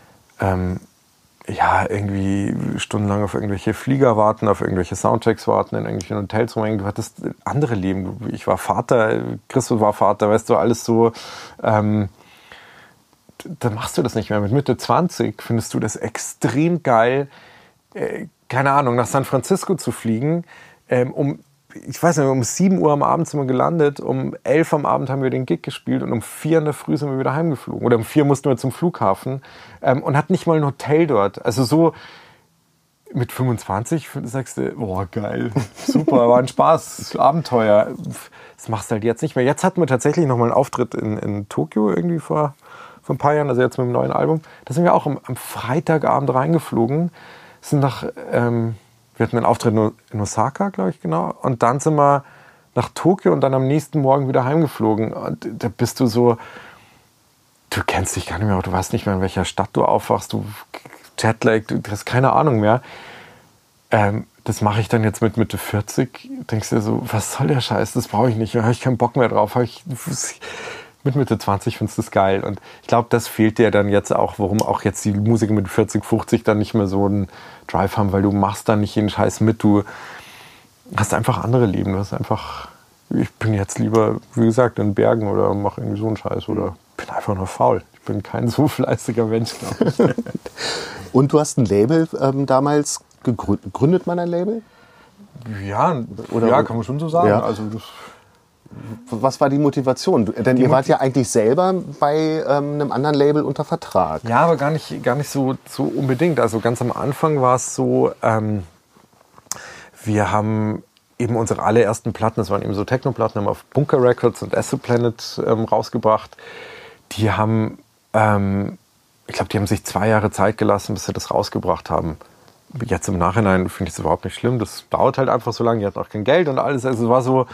irgendwie stundenlang auf irgendwelche Flieger warten, auf irgendwelche Soundchecks warten, in irgendwelchen Hotels rumhängen. Du hattest andere Leben. Ich war Vater, Chris war Vater, weißt du, alles so. Dann machst du das nicht mehr. Mit Mitte 20 findest du das extrem geil, keine Ahnung, nach San Francisco zu fliegen, um ich weiß nicht, um 7 Uhr am Abend sind wir gelandet, um 11 am Abend haben wir den Gig gespielt und um 4 in der Früh sind wir wieder heimgeflogen. Oder um 4 mussten wir zum Flughafen und hatten nicht mal ein Hotel dort. Also so mit 25 sagst du, boah, geil, super, war ein Spaß, Abenteuer. Das machst du halt jetzt nicht mehr. Jetzt hatten wir tatsächlich noch mal einen Auftritt in Tokio irgendwie vor ein paar Jahren, also jetzt mit dem neuen Album. Da sind wir auch am Freitagabend reingeflogen, sind wir hatten einen Auftritt in Osaka, glaube ich, genau. Und dann sind wir nach Tokio und dann am nächsten Morgen wieder heimgeflogen. Und da bist du so, du kennst dich gar nicht mehr, du weißt nicht mehr, in welcher Stadt du aufwachst, du Jetlag, du hast keine Ahnung mehr. Das mache ich dann jetzt mit Mitte 40. Denkst dir so, was soll der Scheiß, das brauche ich nicht, da habe ich keinen Bock mehr drauf. Mit Mitte 20 findest du das geil. Und ich glaube, das fehlt dir dann jetzt auch, warum auch jetzt die Musiker mit 40, 50 dann nicht mehr so einen Drive haben, weil du machst dann nicht jeden Scheiß mit. Du hast einfach andere Leben. Du hast einfach, ich bin jetzt lieber, wie gesagt, in Bergen oder mache irgendwie so einen Scheiß oder bin einfach nur faul. Ich bin kein so fleißiger Mensch, glaube ich. Und du hast ein Label damals gegründet. Gründet man ein Label? Ja, kann man schon so sagen. Ja. Also das, was war die Motivation? Denn ihr wart ja eigentlich selber bei einem anderen Label unter Vertrag. ja, aber gar nicht so unbedingt. Also ganz am Anfang war es so, wir haben eben unsere allerersten Platten, das waren eben so Techno-Platten, haben auf Bunker Records und Acid Planet rausgebracht. Die haben, ich glaube, die haben sich 2 Jahre Zeit gelassen, bis sie das rausgebracht haben. Jetzt im Nachhinein finde ich es überhaupt nicht schlimm. Das dauert halt einfach so lange. Die hatten auch kein Geld und alles. Also es war so,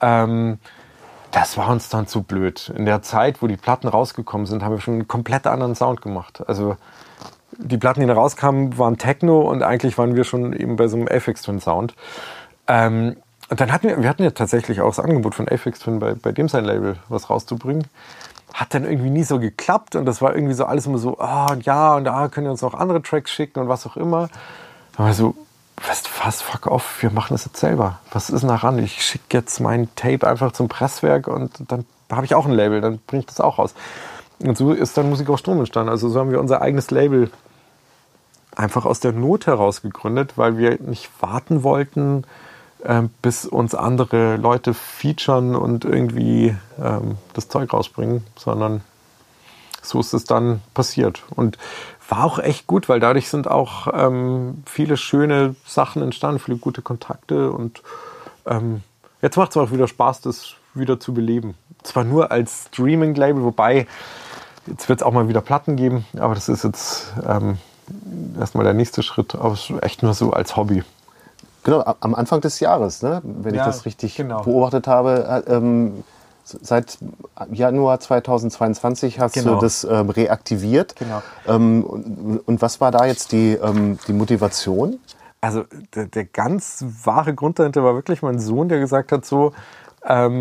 das war uns dann zu blöd. In der Zeit, wo die Platten rausgekommen sind, haben wir schon einen komplett anderen Sound gemacht. Also die Platten, die da rauskamen, waren Techno und eigentlich waren wir schon eben bei so einem Aphex Twin Sound. Und dann hatten wir ja tatsächlich auch das Angebot von Aphex Twin bei dem sein Label was rauszubringen. Hat dann irgendwie nie so geklappt und das war irgendwie so alles immer so, und da können wir uns noch andere Tracks schicken und was auch immer. Aber so, was, fuck off, wir machen das jetzt selber. Was ist denn daran? Ich schicke jetzt mein Tape einfach zum Presswerk und dann habe ich auch ein Label, dann bringe ich das auch raus. Und so ist dann Musik auf Strom entstanden. Also so haben wir unser eigenes Label einfach aus der Not heraus gegründet, weil wir nicht warten wollten, bis uns andere Leute featuren und irgendwie das Zeug rausbringen, sondern so ist es dann passiert. Und war auch echt gut, weil dadurch sind auch viele schöne Sachen entstanden, viele gute Kontakte und jetzt macht es auch wieder Spaß, das wieder zu beleben. Zwar nur als Streaming-Label, wobei jetzt wird es auch mal wieder Platten geben, aber das ist jetzt erstmal der nächste Schritt, aber es ist echt nur so als Hobby. Genau, am Anfang des Jahres, ne? Wenn ich das richtig beobachtet habe. Seit Januar 2022 hast du das reaktiviert. Genau. Und was war da jetzt die Motivation? Also der ganz wahre Grund dahinter war wirklich mein Sohn, der gesagt hat so, sag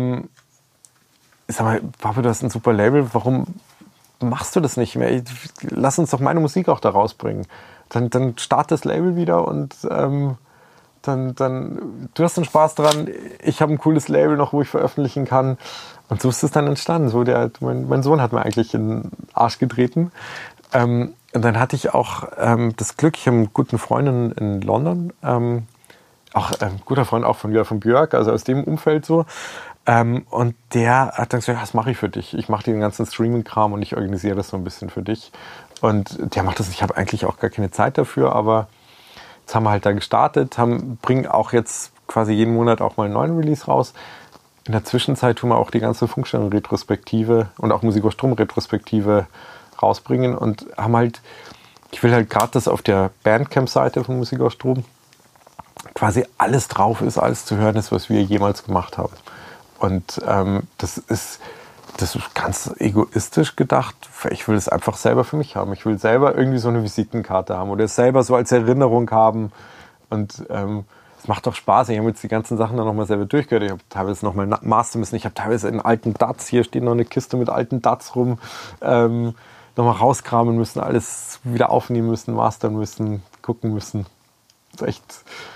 mal, Papa, du hast ein super Label, warum machst du das nicht mehr? Lass uns doch meine Musik auch da rausbringen. Dann start das Label wieder und dann du hast einen Spaß dran, ich habe ein cooles Label noch, wo ich veröffentlichen kann. Und so ist es dann entstanden. So mein Sohn hat mir eigentlich in den Arsch getreten. Und dann hatte ich auch das Glück, ich habe einen guten Freund in London, auch ein guter Freund auch von Björk, also aus dem Umfeld so. Und der hat dann gesagt, das mache ich für dich. Ich mache den ganzen Streaming-Kram und ich organisiere das so ein bisschen für dich. Und der macht das, ich habe eigentlich auch gar keine Zeit dafür, aber jetzt haben wir halt da gestartet, bringen auch jetzt quasi jeden Monat auch mal einen neuen Release raus. In der Zwischenzeit tun wir auch die ganze Funkstellen-Retrospektive und auch Musik aus Strom-Retrospektive rausbringen und haben halt, ich will halt gerade, dass auf der Bandcamp-Seite von Musik aus Strom quasi alles drauf ist, alles zu hören ist, was wir jemals gemacht haben. Und das ist ganz egoistisch gedacht. Ich will es einfach selber für mich haben. Ich will selber irgendwie so eine Visitenkarte haben oder es selber so als Erinnerung haben. Und es macht doch Spaß. Ich habe jetzt die ganzen Sachen dann nochmal selber durchgehört. Ich habe teilweise nochmal mastern müssen. Ich habe teilweise in alten DATs, hier steht noch eine Kiste mit alten DATs rum, nochmal rauskramen müssen, alles wieder aufnehmen müssen, mastern müssen, gucken müssen. Das ist echt...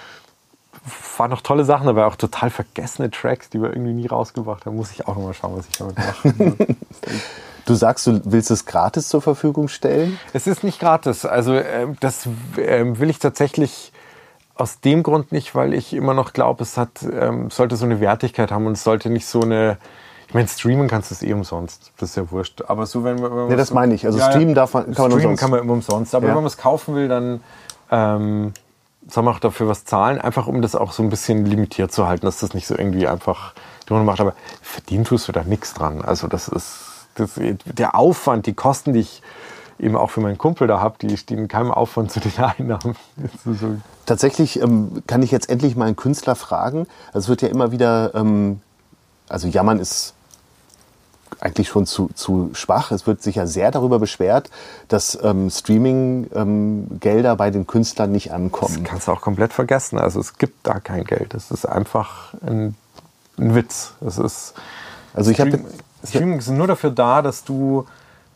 waren noch tolle Sachen, aber auch total vergessene Tracks, die wir irgendwie nie rausgebracht haben. Muss ich auch noch mal schauen, was ich damit mache. Du sagst, du willst es gratis zur Verfügung stellen? Es ist nicht gratis. Also das will ich tatsächlich Aus dem Grund nicht, weil ich immer noch glaube, es sollte so eine Wertigkeit haben und es sollte nicht so eine. Ich meine, streamen kannst du es umsonst. Das ist ja wurscht. Aber so, wenn man. Ja, das meine ich. Also streamen kann man umsonst. Streamen kann man immer umsonst. Aber wenn man es kaufen will, dann soll man auch dafür was zahlen. Einfach um das auch so ein bisschen limitiert zu halten, dass das nicht so irgendwie einfach drunter macht. Aber verdienen tust du da nichts dran. Also das ist der Aufwand, die Kosten, die ich eben auch für meinen Kumpel da habe, die stehen in keinem Aufwand zu den Einnahmen. So. Tatsächlich kann ich jetzt endlich mal einen Künstler fragen. Also es wird ja immer wieder, also jammern ist eigentlich schon zu schwach. Es wird sich ja sehr darüber beschwert, dass Streaming-Gelder bei den Künstlern nicht ankommen. Das kannst du auch komplett vergessen. Also es gibt da kein Geld. Es ist einfach ein Witz. Es ist, also Streaming ist nur dafür da, dass du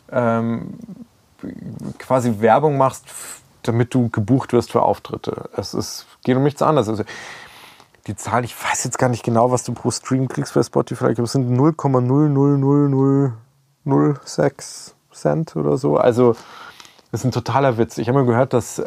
quasi Werbung machst, damit du gebucht wirst für Auftritte. Geht um nichts anderes. Also die Zahl, ich weiß jetzt gar nicht genau, was du pro Stream kriegst bei Spotify. Ich glaube, es sind 0,00006 Cent oder so. Also das ist ein totaler Witz. Ich habe mal gehört, dass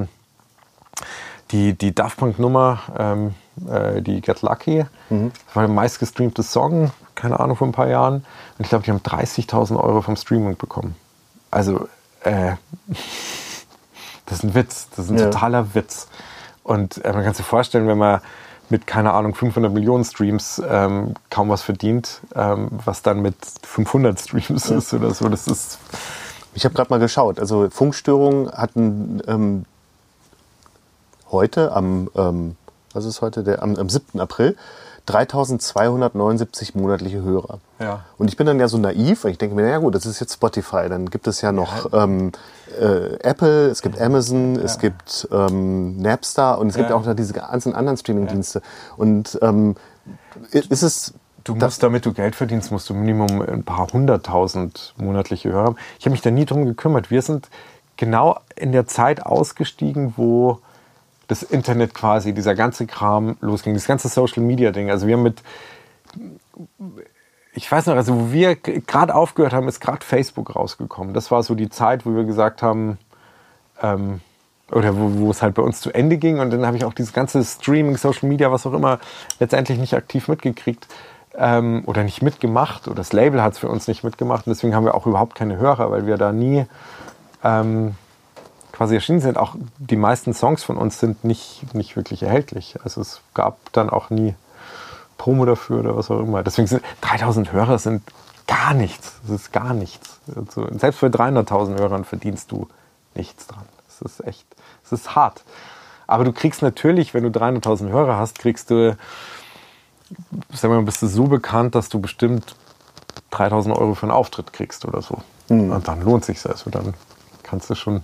die Daft Punk Nummer, die Get Lucky, das war der meistgestreamte Song, keine Ahnung, vor ein paar Jahren. Und ich glaube, die haben 30.000 Euro vom Streaming bekommen. Also das ist ein Witz, das ist ein totaler Witz. Und man kann sich vorstellen, wenn man mit, keine Ahnung, 500 Millionen Streams kaum was verdient, was dann mit 500 Streams ist oder so. Das ist. Ich habe gerade mal geschaut. Also Funkstörungen hatten heute am 7. April 3.279 monatliche Hörer. Ja. Und ich bin dann ja so naiv, weil ich denke mir, naja gut, das ist jetzt Spotify, dann gibt es ja noch Apple, es gibt Amazon, es gibt Napster und es gibt auch noch diese ganzen anderen Streaming-Dienste. Und ist es... Damit du Geld verdienst, musst du Minimum ein paar 100.000 monatliche Hörer haben. Ich habe mich da nie drum gekümmert. Wir sind genau in der Zeit ausgestiegen, wo das Internet quasi, dieser ganze Kram losging, das ganze Social-Media-Ding. Also wir haben ich weiß noch, also wo wir gerade aufgehört haben, ist gerade Facebook rausgekommen. Das war so die Zeit, wo wir gesagt haben, oder wo es halt bei uns zu Ende ging. Und dann habe ich auch dieses ganze Streaming, Social Media, was auch immer, letztendlich nicht aktiv mitgekriegt oder nicht mitgemacht. Oder das Label hat es für uns nicht mitgemacht. Und deswegen haben wir auch überhaupt keine Hörer, weil wir da nie quasi erschienen sind. Auch die meisten Songs von uns sind nicht wirklich erhältlich. Also es gab dann auch nie Promo dafür oder was auch immer. Deswegen sind 3.000 Hörer sind gar nichts. Das ist gar nichts. Also selbst bei 300.000 Hörern verdienst du nichts dran. Das ist echt, das ist hart. Aber du kriegst natürlich, wenn du 300.000 Hörer hast, kriegst du, sagen wir mal, bist du so bekannt, dass du bestimmt 3.000 Euro für einen Auftritt kriegst oder so. Und dann lohnt sich das. Also dann kannst du schon.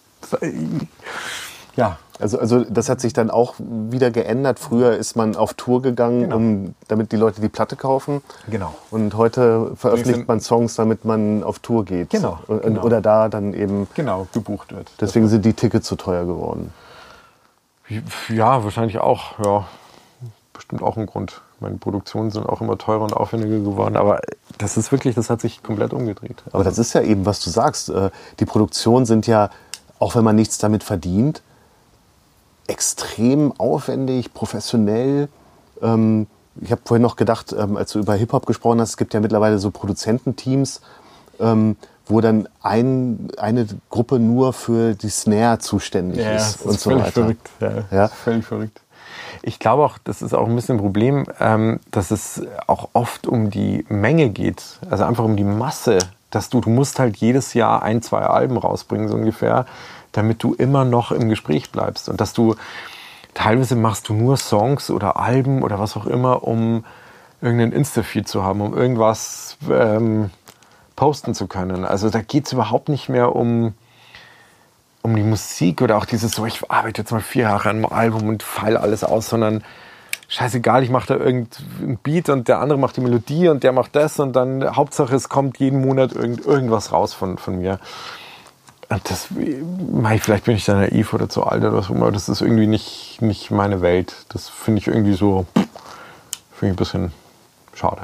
Ja. Also das hat sich dann auch wieder geändert. Früher ist man auf Tour gegangen, damit die Leute die Platte kaufen. Genau. Und heute veröffentlicht man Songs, damit man auf Tour geht. Genau. Oder da dann eben gebucht wird. Deswegen sind die Tickets so teuer geworden. Ja, wahrscheinlich auch. Ja, bestimmt auch ein Grund. Meine Produktionen sind auch immer teurer und aufwendiger geworden. Aber das ist wirklich, das hat sich komplett umgedreht. Aber das ist ja eben, was du sagst. Die Produktionen sind ja, auch wenn man nichts damit verdient, extrem aufwendig, professionell. Ich habe vorhin noch gedacht, als du über Hip-Hop gesprochen hast, es gibt ja mittlerweile so Produzententeams, wo dann eine Gruppe nur für die Snare zuständig ist und so weiter. Verrückt. Ja. Völlig verrückt. Ich glaube auch, das ist auch ein bisschen ein Problem, dass es auch oft um die Menge geht, also einfach um die Masse, dass du musst halt jedes Jahr 1, 2 Alben rausbringen, so ungefähr, damit du immer noch im Gespräch bleibst. Und dass du, teilweise machst du nur Songs oder Alben oder was auch immer, um irgendeinen Insta-Feed zu haben, um irgendwas posten zu können. Also da geht es überhaupt nicht mehr um die Musik oder auch dieses so, ich arbeite jetzt mal 4 Jahre an einem Album und feile alles aus, sondern scheißegal, ich mache da irgendeinen Beat und der andere macht die Melodie und der macht das und dann Hauptsache es kommt jeden Monat irgendwas raus von mir. Und das, vielleicht bin ich da naiv oder zu alt oder was auch immer, das ist irgendwie nicht meine Welt. Das finde ich irgendwie so, ein bisschen schade.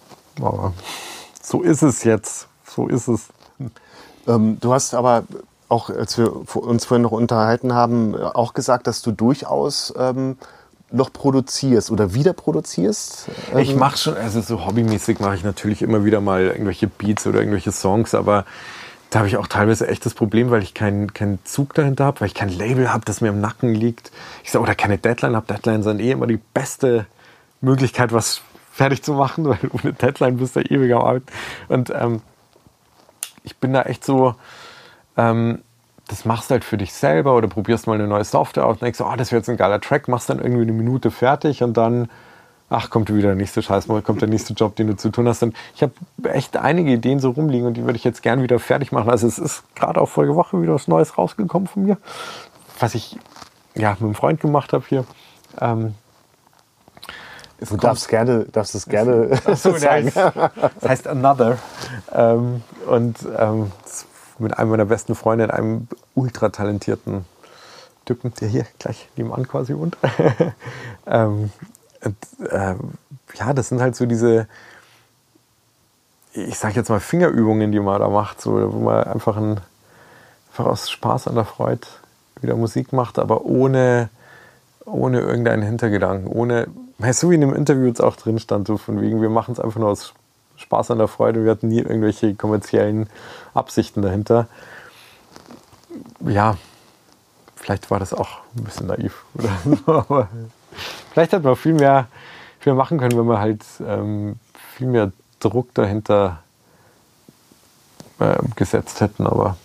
Aber so ist es jetzt. So ist es. Du hast aber auch, als wir uns vorhin noch unterhalten haben, auch gesagt, dass du durchaus noch produzierst oder wieder produzierst. Ich mache schon, also so hobbymäßig mache ich natürlich immer wieder mal irgendwelche Beats oder irgendwelche Songs, aber da habe ich auch teilweise echt das Problem, weil ich keinen Zug dahinter habe, weil ich kein Label habe, das mir im Nacken liegt. Oder keine Deadline habe. Deadlines sind immer die beste Möglichkeit, was fertig zu machen, weil ohne Deadline bist du ewig am Arbeiten. Und ich bin da echt so, das machst du halt für dich selber oder probierst mal eine neue Software aus und denkst so, das wäre jetzt ein geiler Track, machst dann irgendwie eine Minute fertig und dann kommt wieder der nächste Scheiß, kommt der nächste Job, den du zu tun hast. Und ich habe echt einige Ideen so rumliegen und die würde ich jetzt gern wieder fertig machen. Also es ist gerade auch vorige Woche wieder was Neues rausgekommen von mir, was ich mit einem Freund gemacht habe hier. Du darfst es gerne sagen. Das heißt Another. Mit einem meiner besten Freunde, einem ultra talentierten Typen, der hier gleich nebenan quasi wohnt. Das sind halt so diese, ich sag jetzt mal Fingerübungen, die man da macht, so, wo man einfach aus Spaß an der Freude wieder Musik macht, aber ohne irgendeinen Hintergedanken, so wie in dem Interview jetzt auch drin stand, so von wegen, wir machen es einfach nur aus Spaß an der Freude, wir hatten nie irgendwelche kommerziellen Absichten dahinter. Ja, vielleicht war das auch ein bisschen naiv oder so, aber vielleicht hätte man viel mehr machen können, wenn man halt viel mehr Druck dahinter gesetzt hätten, aber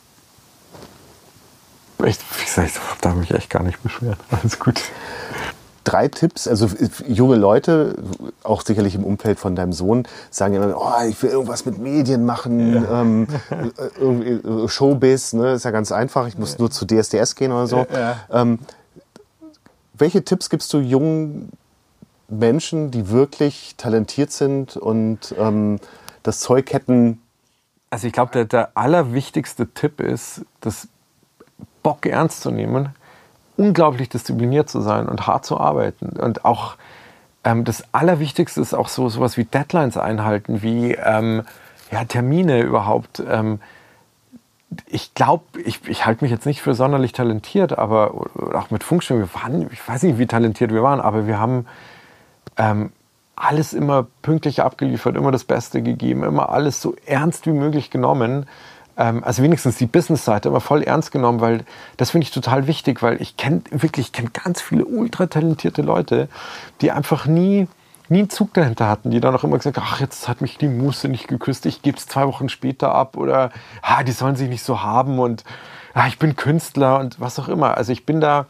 echt, wie gesagt, da habe ich mich echt gar nicht beschwert. Alles gut. 3 Tipps, also junge Leute, auch sicherlich im Umfeld von deinem Sohn, sagen immer, ich will irgendwas mit Medien machen, irgendwie Showbiz, ne, ist ja ganz einfach, ich muss nur zu DSDS gehen oder so. Welche Tipps gibst du jungen Menschen, die wirklich talentiert sind und das Zeug hätten? Also ich glaube, der allerwichtigste Tipp ist, das Bock ernst zu nehmen, unglaublich diszipliniert zu sein und hart zu arbeiten. Und auch das Allerwichtigste ist auch sowas wie Deadlines einhalten, wie Termine überhaupt. Ich glaube, ich halte mich jetzt nicht für sonderlich talentiert, aber auch mit Funkstellen, ich weiß nicht, wie talentiert wir waren, aber wir haben alles immer pünktlich abgeliefert, immer das Beste gegeben, immer alles so ernst wie möglich genommen. Also wenigstens die Business-Seite immer voll ernst genommen, weil das finde ich total wichtig, weil ich kenne ganz viele ultra talentierte Leute, die einfach nie einen Zug dahinter hatten, die dann auch immer gesagt haben, jetzt hat mich die Muse nicht geküsst, ich gebe es 2 Wochen später ab oder die sollen sich nicht so haben und ich bin Künstler und was auch immer. Also ich bin da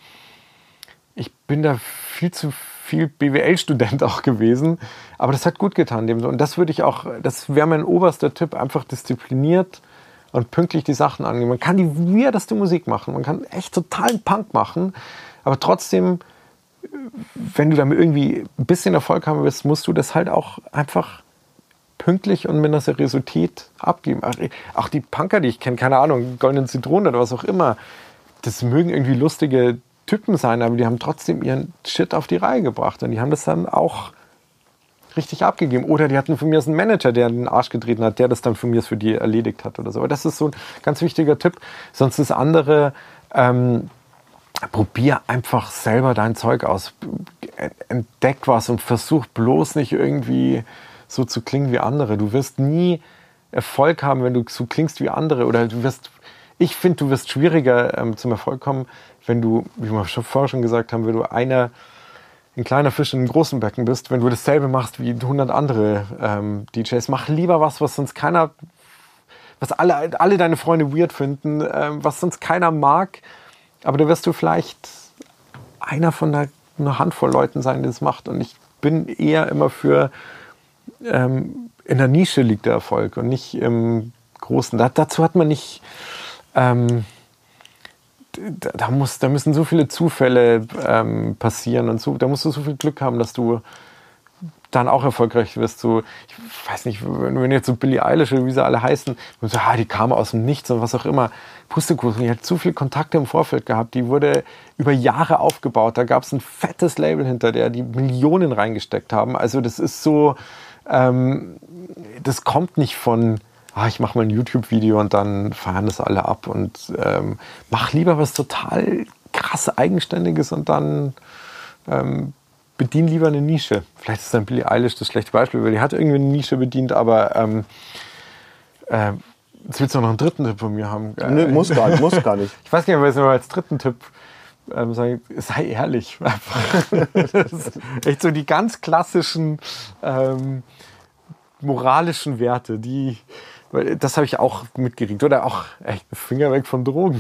viel zu viel BWL-Student auch gewesen, aber das hat gut getan. Und das wäre mein oberster Tipp, einfach diszipliniert und pünktlich die Sachen angehen. Man kann die weirdeste Musik machen, man kann echt totalen Punk machen, aber trotzdem, wenn du damit irgendwie ein bisschen Erfolg haben willst, musst du das halt auch einfach pünktlich und mit einer Seriosität abgeben. Auch die Punker, die ich kenne, keine Ahnung, Goldene Zitrone oder was auch immer, das mögen irgendwie lustige Typen sein, aber die haben trotzdem ihren Shit auf die Reihe gebracht und die haben das dann auch richtig abgegeben. Oder die hatten von mir einen Manager, der den Arsch getreten hat, der das dann von mir für die erledigt hat oder so. Aber das ist so ein ganz wichtiger Tipp. Sonst das andere, probier einfach selber dein Zeug aus. Entdeck was und versuch bloß nicht irgendwie so zu klingen wie andere. Du wirst nie Erfolg haben, wenn du so klingst wie andere. Oder ich finde, du wirst schwieriger zum Erfolg kommen, wenn du, wie wir vorher schon gesagt haben, wenn du ein kleiner Fisch in einem großen Becken bist, wenn du dasselbe machst wie 100 andere DJs. Mach lieber was sonst keiner, was alle deine Freunde weird finden, was sonst keiner mag. Aber da wirst du vielleicht einer von einer Handvoll Leuten sein, die das macht. Und ich bin eher immer für, in der Nische liegt der Erfolg und nicht im Großen. Dazu hat man nicht... Da müssen so viele Zufälle passieren und da musst du so viel Glück haben, dass du dann auch erfolgreich wirst. So, ich weiß nicht, wenn jetzt so Billie Eilish oder wie sie alle heißen, die kam aus dem Nichts und was auch immer. Pustekuchen, die hat so viele Kontakte im Vorfeld gehabt, die wurde über Jahre aufgebaut. Da gab es ein fettes Label hinter der, die Millionen reingesteckt haben. Also das ist so, das kommt nicht von ich mache mal ein YouTube-Video und dann feiern das alle ab und mach lieber was total krass Eigenständiges und dann bedien lieber eine Nische. Vielleicht ist dann Billie Eilish das schlechte Beispiel, weil die hat irgendwie eine Nische bedient, aber jetzt willst du noch einen dritten Tipp von mir haben. Nee, muss gar nicht. Ich weiß gar nicht, was ich als dritten Tipp sagen, sei ehrlich. Das ist echt so die ganz klassischen moralischen Werte, das habe ich auch mitgekriegt. Oder auch echt Finger weg von Drogen.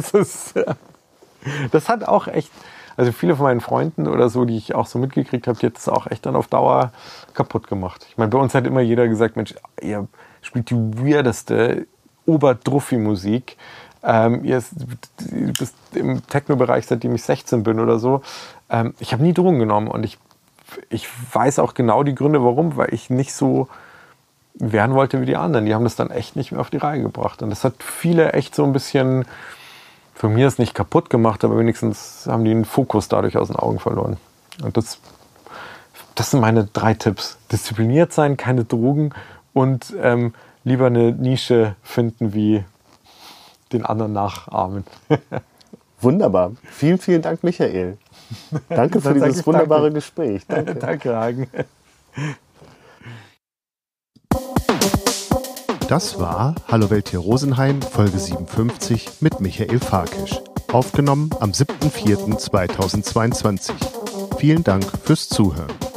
Das hat auch echt, also viele von meinen Freunden oder so, die ich auch so mitgekriegt habe, die hat das auch echt dann auf Dauer kaputt gemacht. Ich meine, bei uns hat immer jeder gesagt, Mensch, ihr spielt die weirdeste Oberdruffi-Musik. Ihr bist im Techno-Bereich, seitdem ich 16 bin oder so. Ich habe nie Drogen genommen und ich weiß auch genau die Gründe, warum, weil ich nicht so werden wollte wie die anderen. Die haben das dann echt nicht mehr auf die Reihe gebracht. Und das hat viele echt so ein bisschen, von mir ist nicht kaputt gemacht, aber wenigstens haben die den Fokus dadurch aus den Augen verloren. Und das sind meine 3 Tipps. Diszipliniert sein, keine Drogen und lieber eine Nische finden, wie den anderen nachahmen. Wunderbar. Vielen, vielen Dank, Michael. Danke für dieses wunderbare Gespräch. Danke. Danke, Hagen. Das war Hallo Welt hier Rosenheim, Folge 57 mit Michael Farkisch. Aufgenommen am 7.4.2022. Vielen Dank fürs Zuhören.